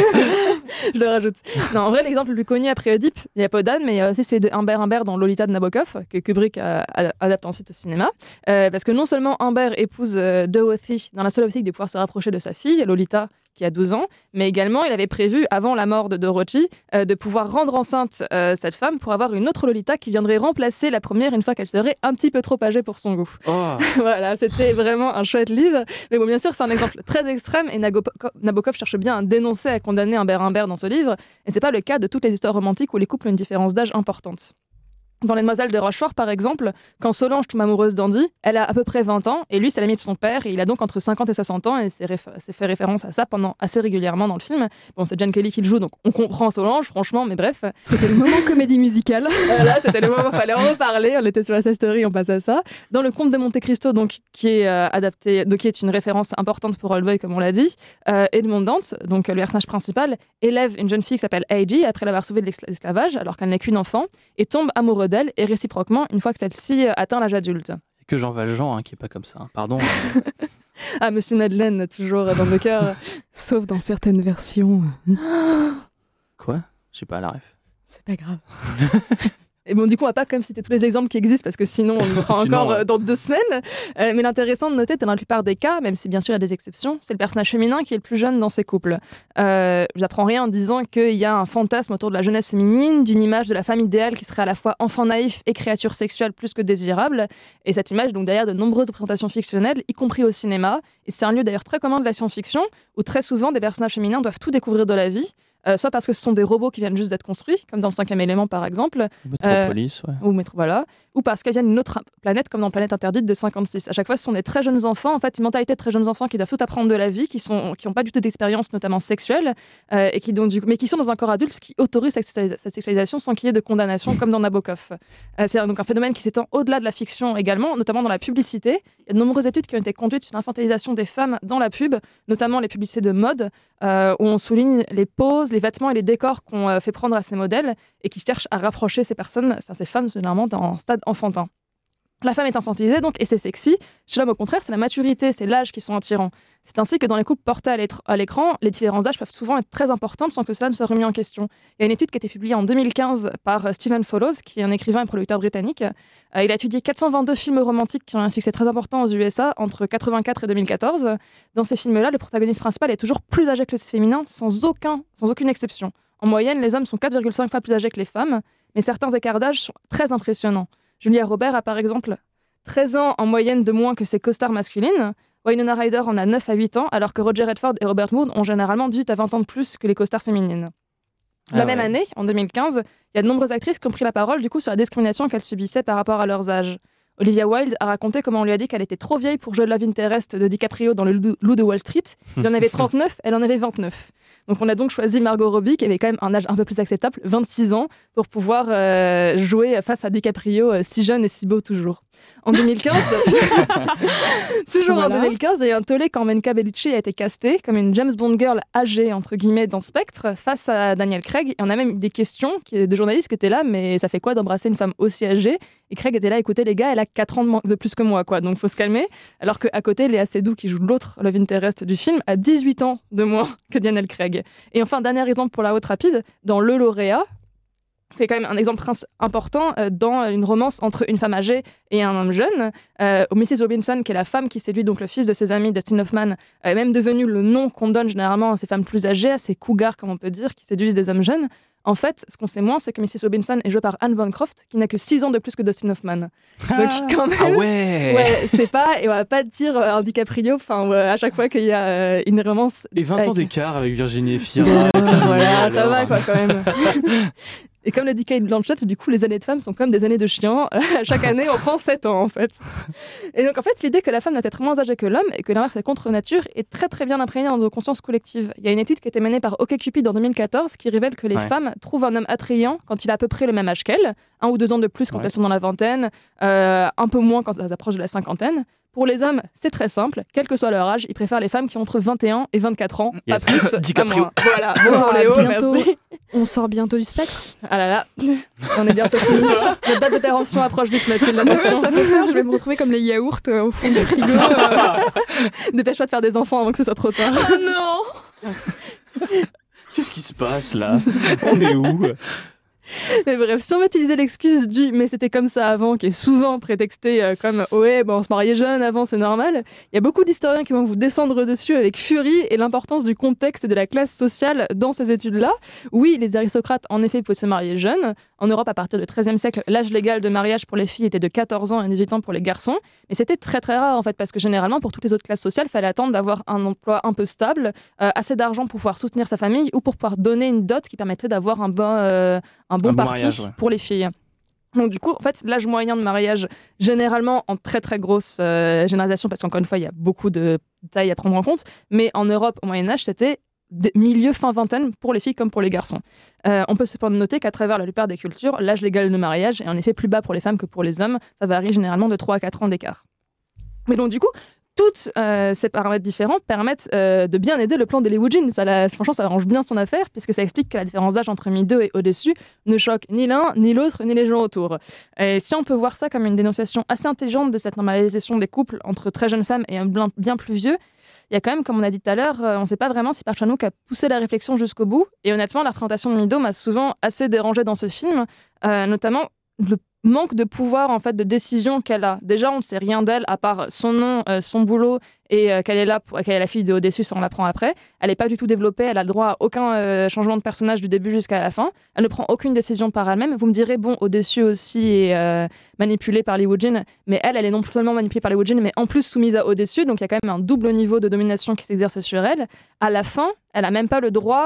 Je le rajoute. Non, en vrai, l'exemple le plus connu après Oedipe, il y a Podane, mais il y a aussi celui de Humbert Humbert dans Lolita de Nabokov, que Kubrick a, a- adapte ensuite au cinéma. Euh, parce que non seulement Humbert épouse euh, Dorothy dans la seule optique de pouvoir se rapprocher de sa fille, Lolita, qui a douze ans, mais également il avait prévu, avant la mort de Dorothy, euh, de pouvoir rendre enceinte euh, cette femme pour avoir une autre Lolita qui viendrait remplacer la première une fois qu'elle serait un petit peu trop âgée pour son goût. Oh. Voilà, c'était vraiment un chouette livre. Mais bon, bien sûr, c'est un exemple très extrême et Nago- Nabokov cherche bien à dénoncer, à condamner Humbert Humbert dans ce livre. Et c'est pas le cas de toutes les histoires romantiques où les couples ont une différence d'âge importante. Dans Les Demoiselles de Rochefort, par exemple, quand Solange tombe amoureuse d'Andy, elle a à peu près vingt ans, et lui, c'est l'ami de son père, et il a donc entre cinquante et soixante ans, et c'est, réf- c'est fait référence à ça pendant assez régulièrement dans le film. Bon, c'est Jane Kelly qui le joue, donc on comprend Solange, franchement, mais bref. C'était le moment comédie musicale. Voilà, c'était le moment où il fallait en reparler, on était sur la Story, on passe à ça. Dans Le Comte de Monte Cristo, donc, qui est euh, adapté, donc, qui est une référence importante pour Oldboy, comme on l'a dit, euh, Edmond Dantès, donc le personnage principal, élève une jeune fille qui s'appelle Heidi après l'avoir sauvée de l'ex- l'esclavage, alors qu'elle n'est qu'une enfant, et tombe amoureux d'elle, et réciproquement, une fois que celle-ci atteint l'âge adulte. Que Jean Valjean, hein, qui est pas comme ça. hein. Pardon. Ah, Monsieur Madeleine, toujours dans nos cœurs. Sauf dans certaines versions. Quoi? Je sais pas la ref. C'est pas grave. Et bon, du coup, on va pas quand même citer tous les exemples qui existent parce que sinon, on y sera Sinon, encore ouais. euh, dans deux semaines. Euh, mais l'intéressant de noter, c'est dans la plupart des cas, même si bien sûr il y a des exceptions, c'est le personnage féminin qui est le plus jeune dans ces couples. Euh, J'apprends rien en disant qu'il y a un fantasme autour de la jeunesse féminine, d'une image de la femme idéale qui serait à la fois enfant naïf et créature sexuelle plus que désirable. Et cette image, donc derrière de nombreuses représentations fictionnelles, y compris au cinéma. Et c'est un lieu d'ailleurs très commun de la science-fiction où très souvent des personnages féminins doivent tout découvrir de la vie. euh, soit parce que ce sont des robots qui viennent juste d'être construits, comme dans le cinquième élément par exemple. Metropolis, euh, ouais. Ou métro, voilà. Ou parce qu'elles viennent d'une autre planète, comme dans Planète Interdite de cinquante-six. À chaque fois, ce sont des très jeunes enfants, en fait, une mentalité de très jeunes enfants qui doivent tout apprendre de la vie, qui sont, qui n'ont pas du tout d'expérience, notamment sexuelle, euh, et qui donc, du, mais qui sont dans un corps adulte, ce qui autorise cette sexualisa- cette sexualisation sans qu'il y ait de condamnation, comme dans Nabokov. Euh, c'est donc un phénomène qui s'étend au-delà de la fiction également, notamment dans la publicité. Il y a de nombreuses études qui ont été conduites sur l'infantilisation des femmes dans la pub, notamment les publicités de mode, euh, où on souligne les poses, les vêtements et les décors qu'on euh, fait prendre à ces modèles et qui cherchent à rapprocher ces personnes, enfin ces femmes généralement en stade enfantin. La femme est infantilisée donc et c'est sexy. Chez l'homme au contraire, c'est la maturité, c'est l'âge qui sont attirants. C'est ainsi que dans les couples portés à, l'étr- à l'écran, les différences d'âge peuvent souvent être très importantes sans que cela ne soit remis en question. Il y a une étude qui a été publiée en deux mille quinze par Stephen Follows, qui est un écrivain et producteur britannique. Euh, il a étudié quatre cent vingt-deux films romantiques qui ont un succès très important aux U S A entre quatre-vingt-quatre et deux mille quatorze. Dans ces films-là, le protagoniste principal est toujours plus âgé que le féminin, sans, aucun, sans aucune exception. En moyenne, les hommes sont quatre virgule cinq fois plus âgés que les femmes, mais certains écarts d'âge sont très impressionnants. Julia Roberts a par exemple treize ans en moyenne de moins que ses costars masculines. Winona Ryder en a neuf à huit ans, alors que Roger Redford et Robert Moore ont généralement dix-huit à vingt ans de plus que les costars féminines. La Ah même ouais. année, en deux mille quinze, il y a de nombreuses actrices qui ont pris la parole du coup sur la discrimination qu'elles subissaient par rapport à leurs âges. Olivia Wilde a raconté comment on lui a dit qu'elle était trop vieille pour jouer le love interest de DiCaprio dans Le Loup Loup de Wall Street. Il en avait trente-neuf, elle en avait vingt-neuf. Donc on a donc choisi Margot Robbie, qui avait quand même un âge un peu plus acceptable, vingt-six ans, pour pouvoir euh, jouer face à DiCaprio, euh, si jeune et si beau toujours. En deux mille quinze, toujours Voilà. en deux mille quinze, il y a eu un tollé quand Monica Bellucci a été castée comme une James Bond girl âgée, entre guillemets, dans Spectre, face à Daniel Craig. Et on a même eu des questions qui- de journalistes qui étaient là, mais ça fait quoi d'embrasser une femme aussi âgée? Et Craig était là, écoutez les gars, elle a quatre ans de, moins- de plus que moi, quoi, donc faut se calmer. Alors qu'à côté, Léa Seydoux, qui joue l'autre love interest du film, a dix-huit ans de moins que Daniel Craig. Et enfin, dernier exemple pour la haute rapide, dans Le Lauréat, c'est quand même un exemple princ- important euh, dans une romance entre une femme âgée et un homme jeune. Euh, missus Robinson, qui est la femme qui séduit donc le fils de ses amis, Dustin Hoffman, euh, est même devenu le nom qu'on donne généralement à ces femmes plus âgées, à ces cougars, comme on peut dire, qui séduisent des hommes jeunes. En fait, ce qu'on sait moins, c'est que missus Robinson est jouée par Anne Bancroft, qui n'a que six ans de plus que Dustin Hoffman. Donc quand même... Ah ouais, Ouais, c'est pas, et on va pas dire euh, un DiCaprio, enfin, ouais, à chaque fois qu'il y a euh, une romance. Et vingt ans avec- d'écart avec Virginie Efira. et puis Voilà, alors. ça va quoi quand même. Et comme le dit Kate Blanchett, du coup, les années de femme sont comme des années de chien. Chaque année, on prend sept ans, en fait. Et donc, en fait, l'idée que la femme doit être moins âgée que l'homme et que l'inverse est contre nature est très, très bien imprégnée dans nos consciences collectives. Il y a une étude qui a été menée par OkCupid en deux mille quatorze qui révèle que les Ouais. femmes trouvent un homme attrayant quand il a à peu près le même âge qu'elles, un ou deux ans de plus quand Ouais. elles sont dans la vingtaine, euh, un peu moins quand elles approchent de la cinquantaine. Pour les hommes, c'est très simple. Quel que soit leur âge, ils préfèrent les femmes qui ont entre vingt et un et vingt-quatre ans. Yes. Pas plus, pas DiCaprio. moins. Voilà. Bonjour Ah, Léo, bientôt. merci. On sort bientôt du spectre. Ah là là, on est bientôt fini. La date d'intervention approche vite, Mathilde. La nation. Ça fait peur, je vais me retrouver comme les yaourts euh, au fond du frigo. euh. Dépêche-toi de faire des enfants avant que ce soit trop tard. Oh non. Qu'est-ce qui se passe là? On est où? Mais bref, si on veut utiliser l'excuse du mais c'était comme ça avant, qui est souvent prétextée euh, comme ouais, bon, on se mariait jeune avant, c'est normal, il y a beaucoup d'historiens qui vont vous descendre dessus avec furie et l'importance du contexte et de la classe sociale dans ces études-là. Oui, les aristocrates, en effet, pouvaient se marier jeunes. En Europe, à partir du treizième siècle, l'âge légal de mariage pour les filles était de quatorze ans et dix-huit ans pour les garçons. Mais c'était très très rare en fait, parce que généralement, pour toutes les autres classes sociales, il fallait attendre d'avoir un emploi un peu stable, euh, assez d'argent pour pouvoir soutenir sa famille ou pour pouvoir donner une dot qui permettrait d'avoir un bon, euh, un bon Un bon parti mariage, ouais. pour les filles. Donc du coup, en fait, l'âge moyen de mariage, généralement en très très grosse euh, généralisation, parce qu'encore une fois, il y a beaucoup de détails à prendre en compte, mais en Europe, au Moyen-Âge, c'était de- milieu fin vingtaine pour les filles comme pour les garçons. Euh, on peut cependant noter qu'à travers la plupart des cultures, l'âge légal de mariage est en effet plus bas pour les femmes que pour les hommes. Ça varie généralement de trois à quatre ans d'écart. Mais donc du coup, toutes euh, ces paramètres différents permettent euh, de bien aider le plan de Lee Woo-jin. Ça, la- franchement, ça arrange bien son affaire, puisque ça explique que la différence d'âge entre mi deux et au-dessus ne choque ni l'un, ni l'autre, ni les gens autour. Et si on peut voir ça comme une dénonciation assez intelligente de cette normalisation des couples entre très jeunes femmes et un blanc bien plus vieux, il y a quand même, comme on a dit tout à l'heure, euh, on ne sait pas vraiment si Park Chan-wook a poussé la réflexion jusqu'au bout. Et honnêtement, la représentation de Mi-do m'a souvent assez dérangée dans ce film, euh, notamment le manque de pouvoir en fait de décision qu'elle a. Déjà, on ne sait rien d'elle à part son nom, euh, son boulot et euh, qu'elle est là, pour, qu'elle est la fille de Odessus, ça on l'apprend après. Elle n'est pas du tout développée, elle a le droit à aucun euh, changement de personnage du début jusqu'à la fin. Elle ne prend aucune décision par elle-même. Vous me direz, bon, Odessus aussi est euh, manipulée par Lee Woo-jin, mais elle, elle est non seulement manipulée par Lee Woo-jin, mais en plus soumise à Odessus, donc il y a quand même un double niveau de domination qui s'exerce sur elle. À la fin, elle n'a même pas le droit, elle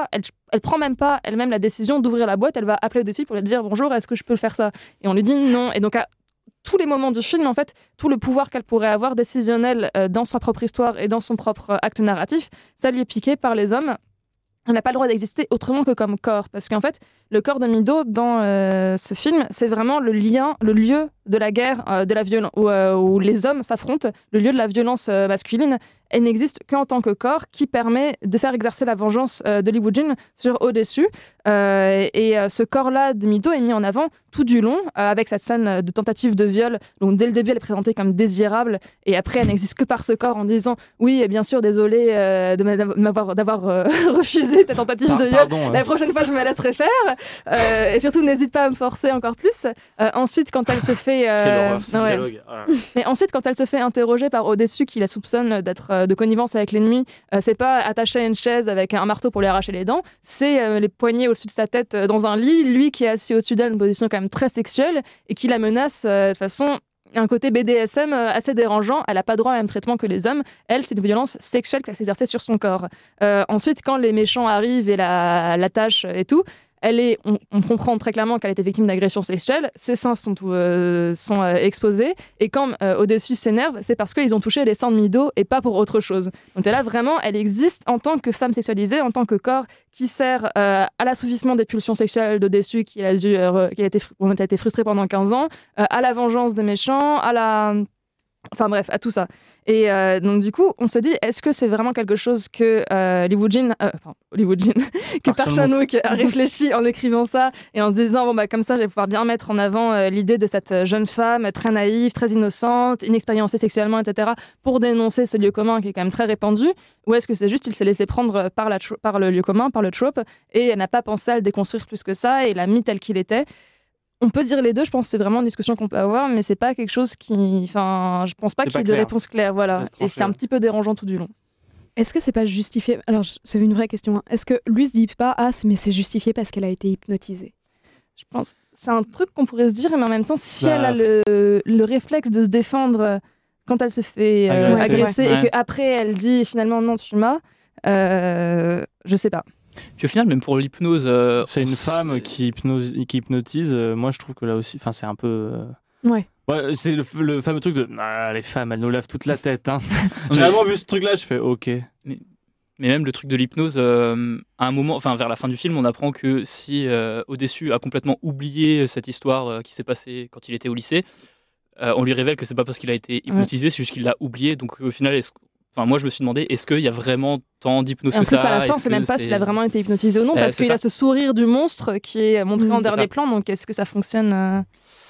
elle prend même pas elle-même la décision d'ouvrir la boîte, elle va appeler au-dessus pour lui dire bonjour, est-ce que je peux le faire ça? Et on lui dit non. Et donc à tous les moments du film, en fait, tout le pouvoir qu'elle pourrait avoir décisionnel euh, dans sa propre histoire et dans son propre acte narratif, ça lui est piqué par les hommes. Elle n'a pas le droit d'exister autrement que comme corps, parce qu'en fait, le corps de Mido dans euh, ce film, c'est vraiment le lien, le lieu de la guerre, euh, de la violence, où, euh, où les hommes s'affrontent, le lieu de la violence euh, masculine. Elle n'existe qu'en tant que corps qui permet de faire exercer la vengeance euh, de Lee Woo-jin sur Odessu. Euh, et euh, ce corps-là de Mido est mis en avant tout du long, euh, avec cette scène de tentative de viol. Donc dès le début, elle est présentée comme désirable, et après, elle n'existe que par ce corps en disant « Oui, bien sûr, désolé euh, de m'avoir, d'avoir euh, refusé ta tentative Par, de viol. pardon, La ouais. prochaine fois, je me laisserai faire. Euh, et surtout, n'hésite pas à me forcer encore plus. Euh, ensuite, quand elle se fait... euh, Quelle horreur, ce ouais. dialogue. Ah. Mais ensuite, quand elle se fait interroger par Odessu, qui la soupçonne d'être euh, de connivence avec l'ennemi, euh, c'est pas attaché à une chaise avec un marteau pour lui arracher les dents, c'est euh, les poignets au-dessus de sa tête euh, dans un lit, lui qui est assis au-dessus d'elle, une position quand même très sexuelle, et qui la menace euh, de façon... un côté B D S M euh, assez dérangeant. Elle n'a pas droit au même traitement que les hommes. Elle, c'est une violence sexuelle qui va s'exercer sur son corps. Euh, ensuite, quand les méchants arrivent et la, la tâche et tout, elle est, on, on comprend très clairement qu'elle était victime d'agression sexuelle. Ses seins sont, euh, sont euh, exposés. Et quand euh, Odessu s'énerve, c'est parce qu'ils ont touché les seins de Mido et pas pour autre chose. Donc là, vraiment, elle existe en tant que femme sexualisée, en tant que corps qui sert euh, à l'assouvissement des pulsions sexuelles d'Odessu, qui a, dû, euh, qui a été, on a été frustré pendant quinze ans, euh, à la vengeance des méchants, à la... Enfin bref, à tout ça. Et euh, donc du coup, on se dit, est-ce que c'est vraiment quelque chose que euh, Lee Woo-jin, euh, enfin Lee Woo-jin, que Park Chan-wook a réfléchi en écrivant ça et en se disant, bon bah comme ça, je vais pouvoir bien mettre en avant euh, l'idée de cette jeune femme très naïve, très innocente, inexpériencée sexuellement, et cetera, pour dénoncer ce lieu commun qui est quand même très répandu, ou est-ce que c'est juste il s'est laissé prendre par, la tro- par le lieu commun, par le trope, et elle n'a pas pensé à le déconstruire plus que ça et l'a mis tel qu'il était? On peut dire les deux, je pense que c'est vraiment une discussion qu'on peut avoir, mais c'est pas quelque chose qui... Enfin, je pense pas C'est qu'il y ait pas de clair. réponse claire, voilà. C'est Et c'est un petit peu dérangeant tout du long. Est-ce que c'est pas justifié? Alors, je- c'est une vraie question. hein. Est-ce que lui se dit pas, ah, c'est- mais c'est justifié parce qu'elle a été hypnotisée? Je pense c'est un truc qu'on pourrait se dire, mais en même temps, si Bah, elle a le, le réflexe de se défendre quand elle se fait euh, Agresser. agresser Ouais. et qu'après elle dit finalement non, tu m'as, euh, je sais pas. Puis au final, même pour l'hypnose... euh, C'est une on femme sait- qui, hypnose, qui hypnotise. euh, moi, je trouve que là aussi, enfin, c'est un peu. euh, Ouais. Ouais, c'est le, le fameux truc de ah, les femmes, elles nous lavent toute la tête. Hein. J'ai vraiment vu ce truc-là, je fais ok. Mais même le truc de l'hypnose, euh, à un moment, enfin vers la fin du film, on apprend que si euh, Odessu a complètement oublié cette histoire euh, qui s'est passée quand il était au lycée, euh, on lui révèle que c'est pas parce qu'il a été hypnotisé, c'est juste qu'il l'a oublié. Donc au final, est-ce... enfin moi je me suis demandé, est-ce qu'il y a vraiment tant d'hypnose Et en que plus, ça? à la fin, Est-ce c'est que même pas c'est- s'il a vraiment été hypnotisé ou non, Euh, parce c'est qu'il ça. a ce sourire du monstre qui est montré Mmh, en c'est dernier ça. plan. Donc est-ce que ça fonctionne euh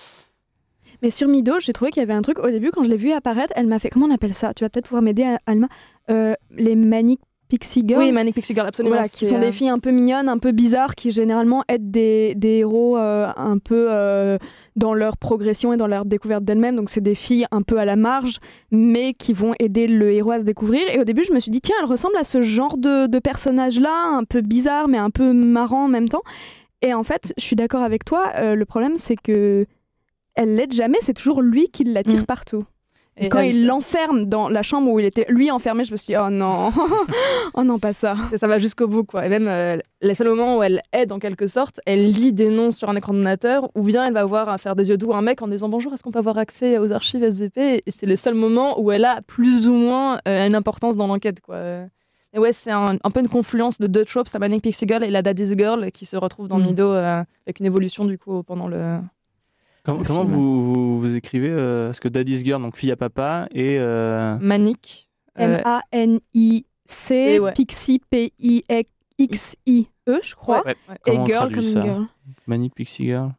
Mais sur Mido, j'ai trouvé qu'il y avait un truc. Au début, quand je l'ai vu apparaître, elle m'a fait. Comment on appelle ça? Tu vas peut-être pouvoir m'aider, Alma. Euh, les Manic Pixie Girls. Oui, Manic Pixie Girl, absolument. Voilà, qui c'est, sont euh, des filles un peu mignonnes, un peu bizarres, qui généralement aident des, des héros euh, un peu euh, dans leur progression et dans leur découverte d'elles-mêmes. Donc c'est des filles un peu à la marge, mais qui vont aider le héros à se découvrir. Et au début, je me suis dit, tiens, elle ressemble à ce genre de, de personnage-là, un peu bizarre, mais un peu marrant en même temps. Et en fait, je suis d'accord avec toi, euh, le problème, c'est que elle l'aide jamais, c'est toujours lui qui l'attire Mm. partout. Et, Et quand elle- il l'enferme dans la chambre où il était lui enfermé, je me suis dit, oh non, oh non, pas ça. Et ça va jusqu'au bout, quoi. Et même euh, les seuls moments où elle aide, en quelque sorte, elle lit des noms sur un écran d'ordinateur, ou bien elle va voir à faire des yeux doux un mec en disant bonjour, est-ce qu'on peut avoir accès aux archives S V P? Et c'est le seul moment où elle a plus ou moins euh, une importance dans l'enquête, quoi. Et ouais, c'est un, un peu une confluence de deux tropes, la Manic Pixie Girl et la Daddy's Girl, qui se retrouvent dans Mm. Mido euh, avec une évolution du coup pendant le. Comment, Le comment film. vous, vous, vous écrivez euh, ce que Daddy's Girl, donc fille à papa, et euh, Manic. euh, M A N I C, Et ouais. Pixie, P I X I E, je crois. ouais, ouais. Et Comment on girl traduit comme ça girl. Manic Pixie Girl.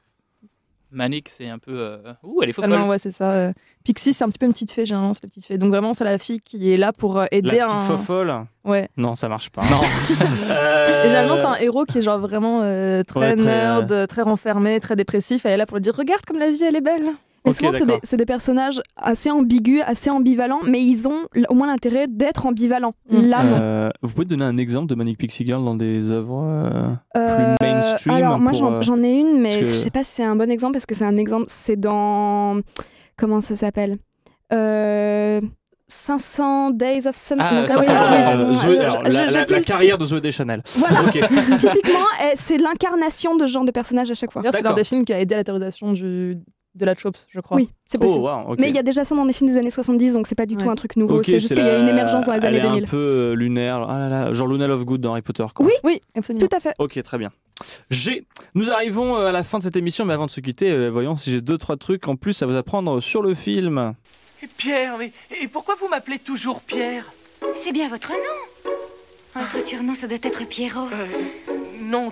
Manic, c'est un peu... euh, Ouh, elle est Ah folle. non, ouais, c'est ça. euh. Pixie, c'est un petit peu une petite fée, généralement, c'est la petite fée. Donc vraiment, c'est la fille qui est là pour euh, aider La petite un. fofolle. Ouais. Non, ça marche pas. Non. Et généralement, t'as un héros qui est genre vraiment euh, très Ouais, très, nerd, euh, très renfermé, très dépressif. Et elle est là pour lui dire regarde comme la vie, elle est belle. Mais Ok, souvent, c'est des, d'accord. c'est des personnages assez ambigus, assez ambivalents, mais ils ont l- au moins l'intérêt d'être ambivalents. Mm. Là, non. Euh, vous pouvez donner un exemple de Manic Pixie Girl dans des œuvres euh, Euh, mainstream Alors, moi, pour, j'en, euh, j'en ai une, mais parce que- je sais pas si c'est un bon exemple, parce que c'est un exemple, c'est dans... Comment ça s'appelle Euh, cinq cents Days of Summer. Ah, Donc, cinq cents oui, jours oui, de oui, Summer. oui, Zoé- je- alors, je- la, j'ai la- plus la le carrière de Zoé Deschanel. Voilà. Ok. Typiquement, eh, c'est l'incarnation de ce genre de personnage à chaque fois. D'ailleurs, c'est l'un D'accord. des films qui a aidé à la théorisation du... de la Chops, je crois. Oui, c'est Oh, possible. wow, ok. Mais il y a déjà ça dans les films des années soixante-dix, donc c'est pas du tout Ouais. un truc nouveau. Ok, c'est juste qu'il y a la- une émergence dans les elle années est deux mille. un peu euh, lunaire. Ah là là, genre Luna Lovegood dans Harry Potter. Quoi. Oui, Oui, absolument. tout à fait. Ok, très bien. G. Nous arrivons euh, à la fin de cette émission, mais avant de se quitter, euh, voyons si j'ai deux trois trucs en plus à vous apprendre sur le film. Pierre, mais et pourquoi vous m'appelez toujours Pierre? C'est bien votre nom. Votre surnom, ça doit être Pierrot. Euh, non.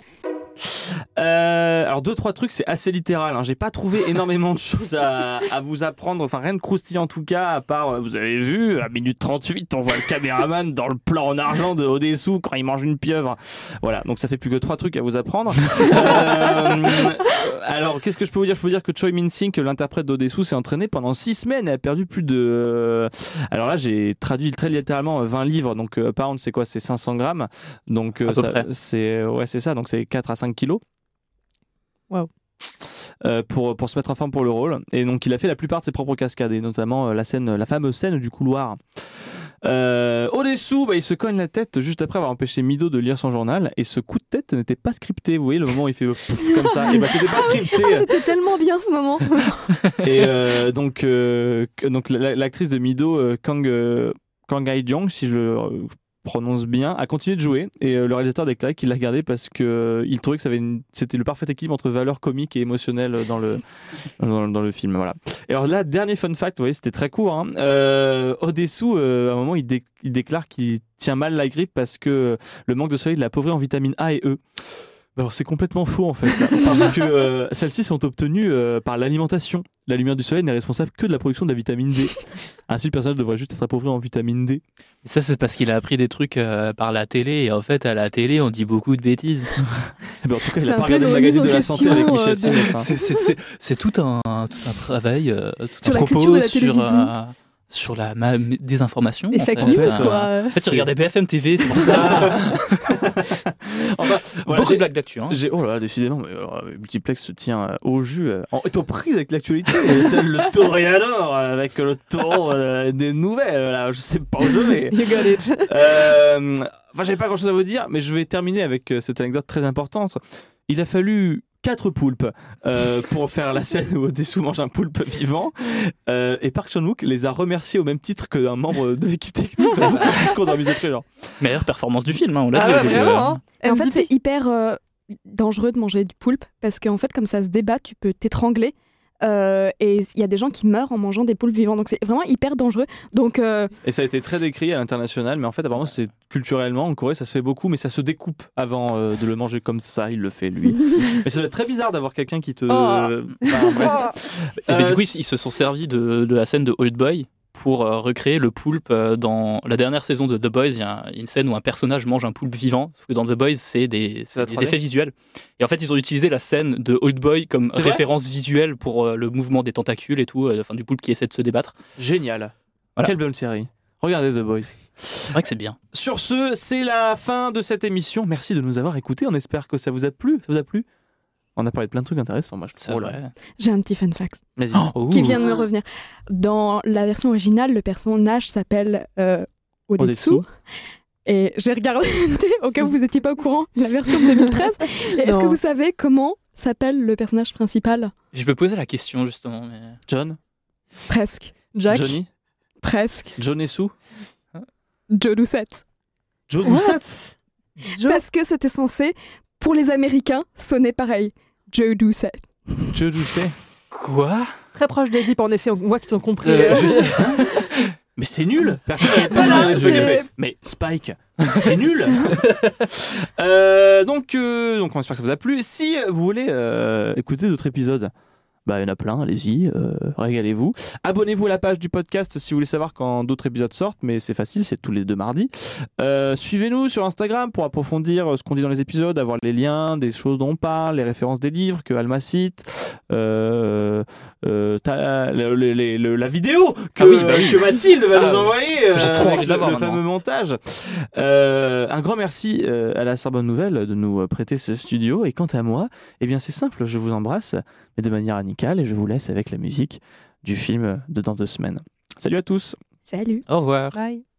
Euh, alors deux trois trucs, c'est assez littéral. Hein. J'ai pas trouvé énormément de choses à, à vous apprendre. Enfin rien de croustillant en tout cas, à part euh, vous avez vu à minute trente-huit, on voit le caméraman dans le plan en argent de Haut-Dessous quand il mange une pieuvre. Voilà, donc ça fait plus que trois trucs à vous apprendre. euh, alors qu'est-ce que je peux vous dire? Je peux vous dire que Choi Min-sik, l'interprète d'Haut-Dessous, s'est entraîné pendant six semaines et a perdu plus de. Alors là, j'ai traduit très littéralement vingt livres. Donc euh, pound, c'est quoi? C'est cinq cents grammes. Donc euh, À peu ça- près. c'est ouais, c'est ça. Donc c'est quatre à cinq kilos. Waouh. Euh, pour, pour se mettre en forme pour le rôle. Et donc il a fait la plupart de ses propres cascades, et notamment euh, la scène, la fameuse scène du couloir. Euh, Au-dessous, bah, il se cogne la tête juste après avoir empêché Mido de lire son journal, et ce coup de tête n'était pas scripté. Vous voyez le moment où il fait pouf, comme ça, et bah c'était pas scripté. Ah, c'était tellement bien ce moment. Et euh, donc, euh, que- donc la- l'actrice de Mido, euh, Kang, euh, Kang Hae-jung, si je le euh, prononce bien, a continué de jouer, et euh, le réalisateur a déclaré qu'il l'a gardé parce que euh, il trouvait que ça avait une- c'était le parfait équilibre entre valeur comique et émotionnelle dans le dans, le- dans le film. Voilà. Et alors là, dernier fun fact, vous voyez, c'était très court. Hein. Euh, Au-dessous, euh, à un moment, il, dé- il déclare qu'il tient mal la grippe parce que le manque de soleil l'a appauvri en vitamine A et E. Alors c'est complètement faux en fait, là, parce que euh, celles-ci sont obtenues euh, par l'alimentation. La lumière du soleil n'est responsable que de la production de la vitamine D. Ainsi, le personnage devrait juste être appauvri en vitamine D. Ça, c'est parce qu'il a appris des trucs euh, par la télé. Et en fait, à la télé, on dit beaucoup de bêtises. Eh ben, en tout cas, il C'est n'a un pas peu regardé le nos magazine remises de en la santé question, avec euh, Michel de- Simès. hein. C'est- c'est- C'est c'est tout un, tout un travail, euh, tout Sur un la culture propos de la sur, télévision. euh, sur la ma- désinformation. Les en fake fait. news, Euh, quoi. En fait, tu regardais B F M T V, c'est pour ça. Enfin, voilà, Beaucoup j'ai- de blagues d'actu. Hein. J'ai, oh là là, décidément, mais, euh, Multiplex se tient euh, au jus. Euh, en, est en prise avec l'actualité, euh, tel le toréador euh, avec le taureau euh, des nouvelles. Là, je sais pas où je vais. You got it. Euh, Enfin, j'avais pas grand chose à vous dire, mais je vais terminer avec euh, cette anecdote très importante. Il a fallu quatre poulpes euh, pour faire la scène où Dessous mange un poulpe vivant. Euh, et Park Chan-wook les a remerciés au même titre qu'un membre de l'équipe technique dans le discours de remise de prix, genre. Meilleure performance du film, hein, on l'a Ah vu. ouais, donc, vraiment, euh, hein. Et en fait, M V P. c'est hyper euh, dangereux de manger du poulpe parce qu'en fait, comme ça se débat, tu peux t'étrangler. Euh, et il y a des gens qui meurent en mangeant des poulpes vivants. Donc c'est vraiment hyper dangereux. Donc euh, Et ça a été très décrit à l'international, mais en fait, apparemment, c'est culturellement, en Corée, ça se fait beaucoup, mais ça se découpe avant euh, de le manger comme ça. Il le fait, lui. Mais ça doit être très bizarre d'avoir quelqu'un qui te. Oh. Enfin, bref. Et ben, Euh, du coup, ils, ils se sont servis de, de la scène de Old Boy pour euh, recréer le poulpe euh, dans la dernière saison de The Boys. Il y a un- une scène où un personnage mange un poulpe vivant, sauf que dans The Boys, c'est des, C'est la des trois D. effets visuels. Et en fait, ils ont utilisé la scène de Old Boy comme C'est vrai référence visuelle pour euh, le mouvement des tentacules et tout, euh, enfin du poulpe qui essaie de se débattre. Génial. Voilà. Quelle bonne série. Regardez The Boys. C'est vrai que c'est bien. Sur ce, c'est la fin de cette émission. Merci de nous avoir écoutés. On espère que ça vous a plu. Ça vous a plu? On a parlé de plein de trucs intéressants. Moi, je C'est trouve. vrai. j'ai un petit fun fact Vas-y. Oh, qui ouh. vient de me revenir. Dans la version originale, le personnage s'appelle euh, Odetsu. Odetsu. Et j'ai regardé, au cas où vous n'étiez pas au courant, la version de deux mille treize. Et est-ce Non. que vous savez comment s'appelle le personnage principal? Je me posais la question justement. Mais... John, Presque. Jack. Johnny, Presque. John et Sue, Joe Doucette. Joe What? Doucette. Joe. Parce que c'était censé, pour les Américains, sonner pareil. Joe Doucette. Joe Doucette. Quoi Très proche des Deep, en effet, on voit qu'ils ont compris. Euh, euh, Mais c'est nul. Personne n'avait pas Voilà, regardé ce jeu. Il a c'est- fait, mais Spike, c'est nul. Euh, donc, euh, donc, on espère que ça vous a plu. Si vous voulez euh, écouter d'autres épisodes, bah, il y en a plein, allez-y, euh, régalez-vous. Abonnez-vous à la page du podcast si vous voulez savoir quand d'autres épisodes sortent, mais c'est facile, c'est tous les deux mardis. Euh, suivez-nous sur Instagram pour approfondir ce qu'on dit dans les épisodes, avoir les liens des choses dont on parle, les références des livres que Alma cite, euh, euh, ta- le- le- le- le- la vidéo que, Ah oui, bah oui. que Mathilde va Ah, nous envoyer euh, j'ai trop avec envie de le, la voir le maintenant. fameux montage. Euh, un grand merci euh, à la Sorbonne Nouvelle de nous euh, prêter ce studio. Et quant à moi, eh bien c'est simple, je vous embrasse, mais de manière amicale, et je vous laisse avec la musique du film de dans deux semaines. Salut à tous. Salut. Au revoir. Bye.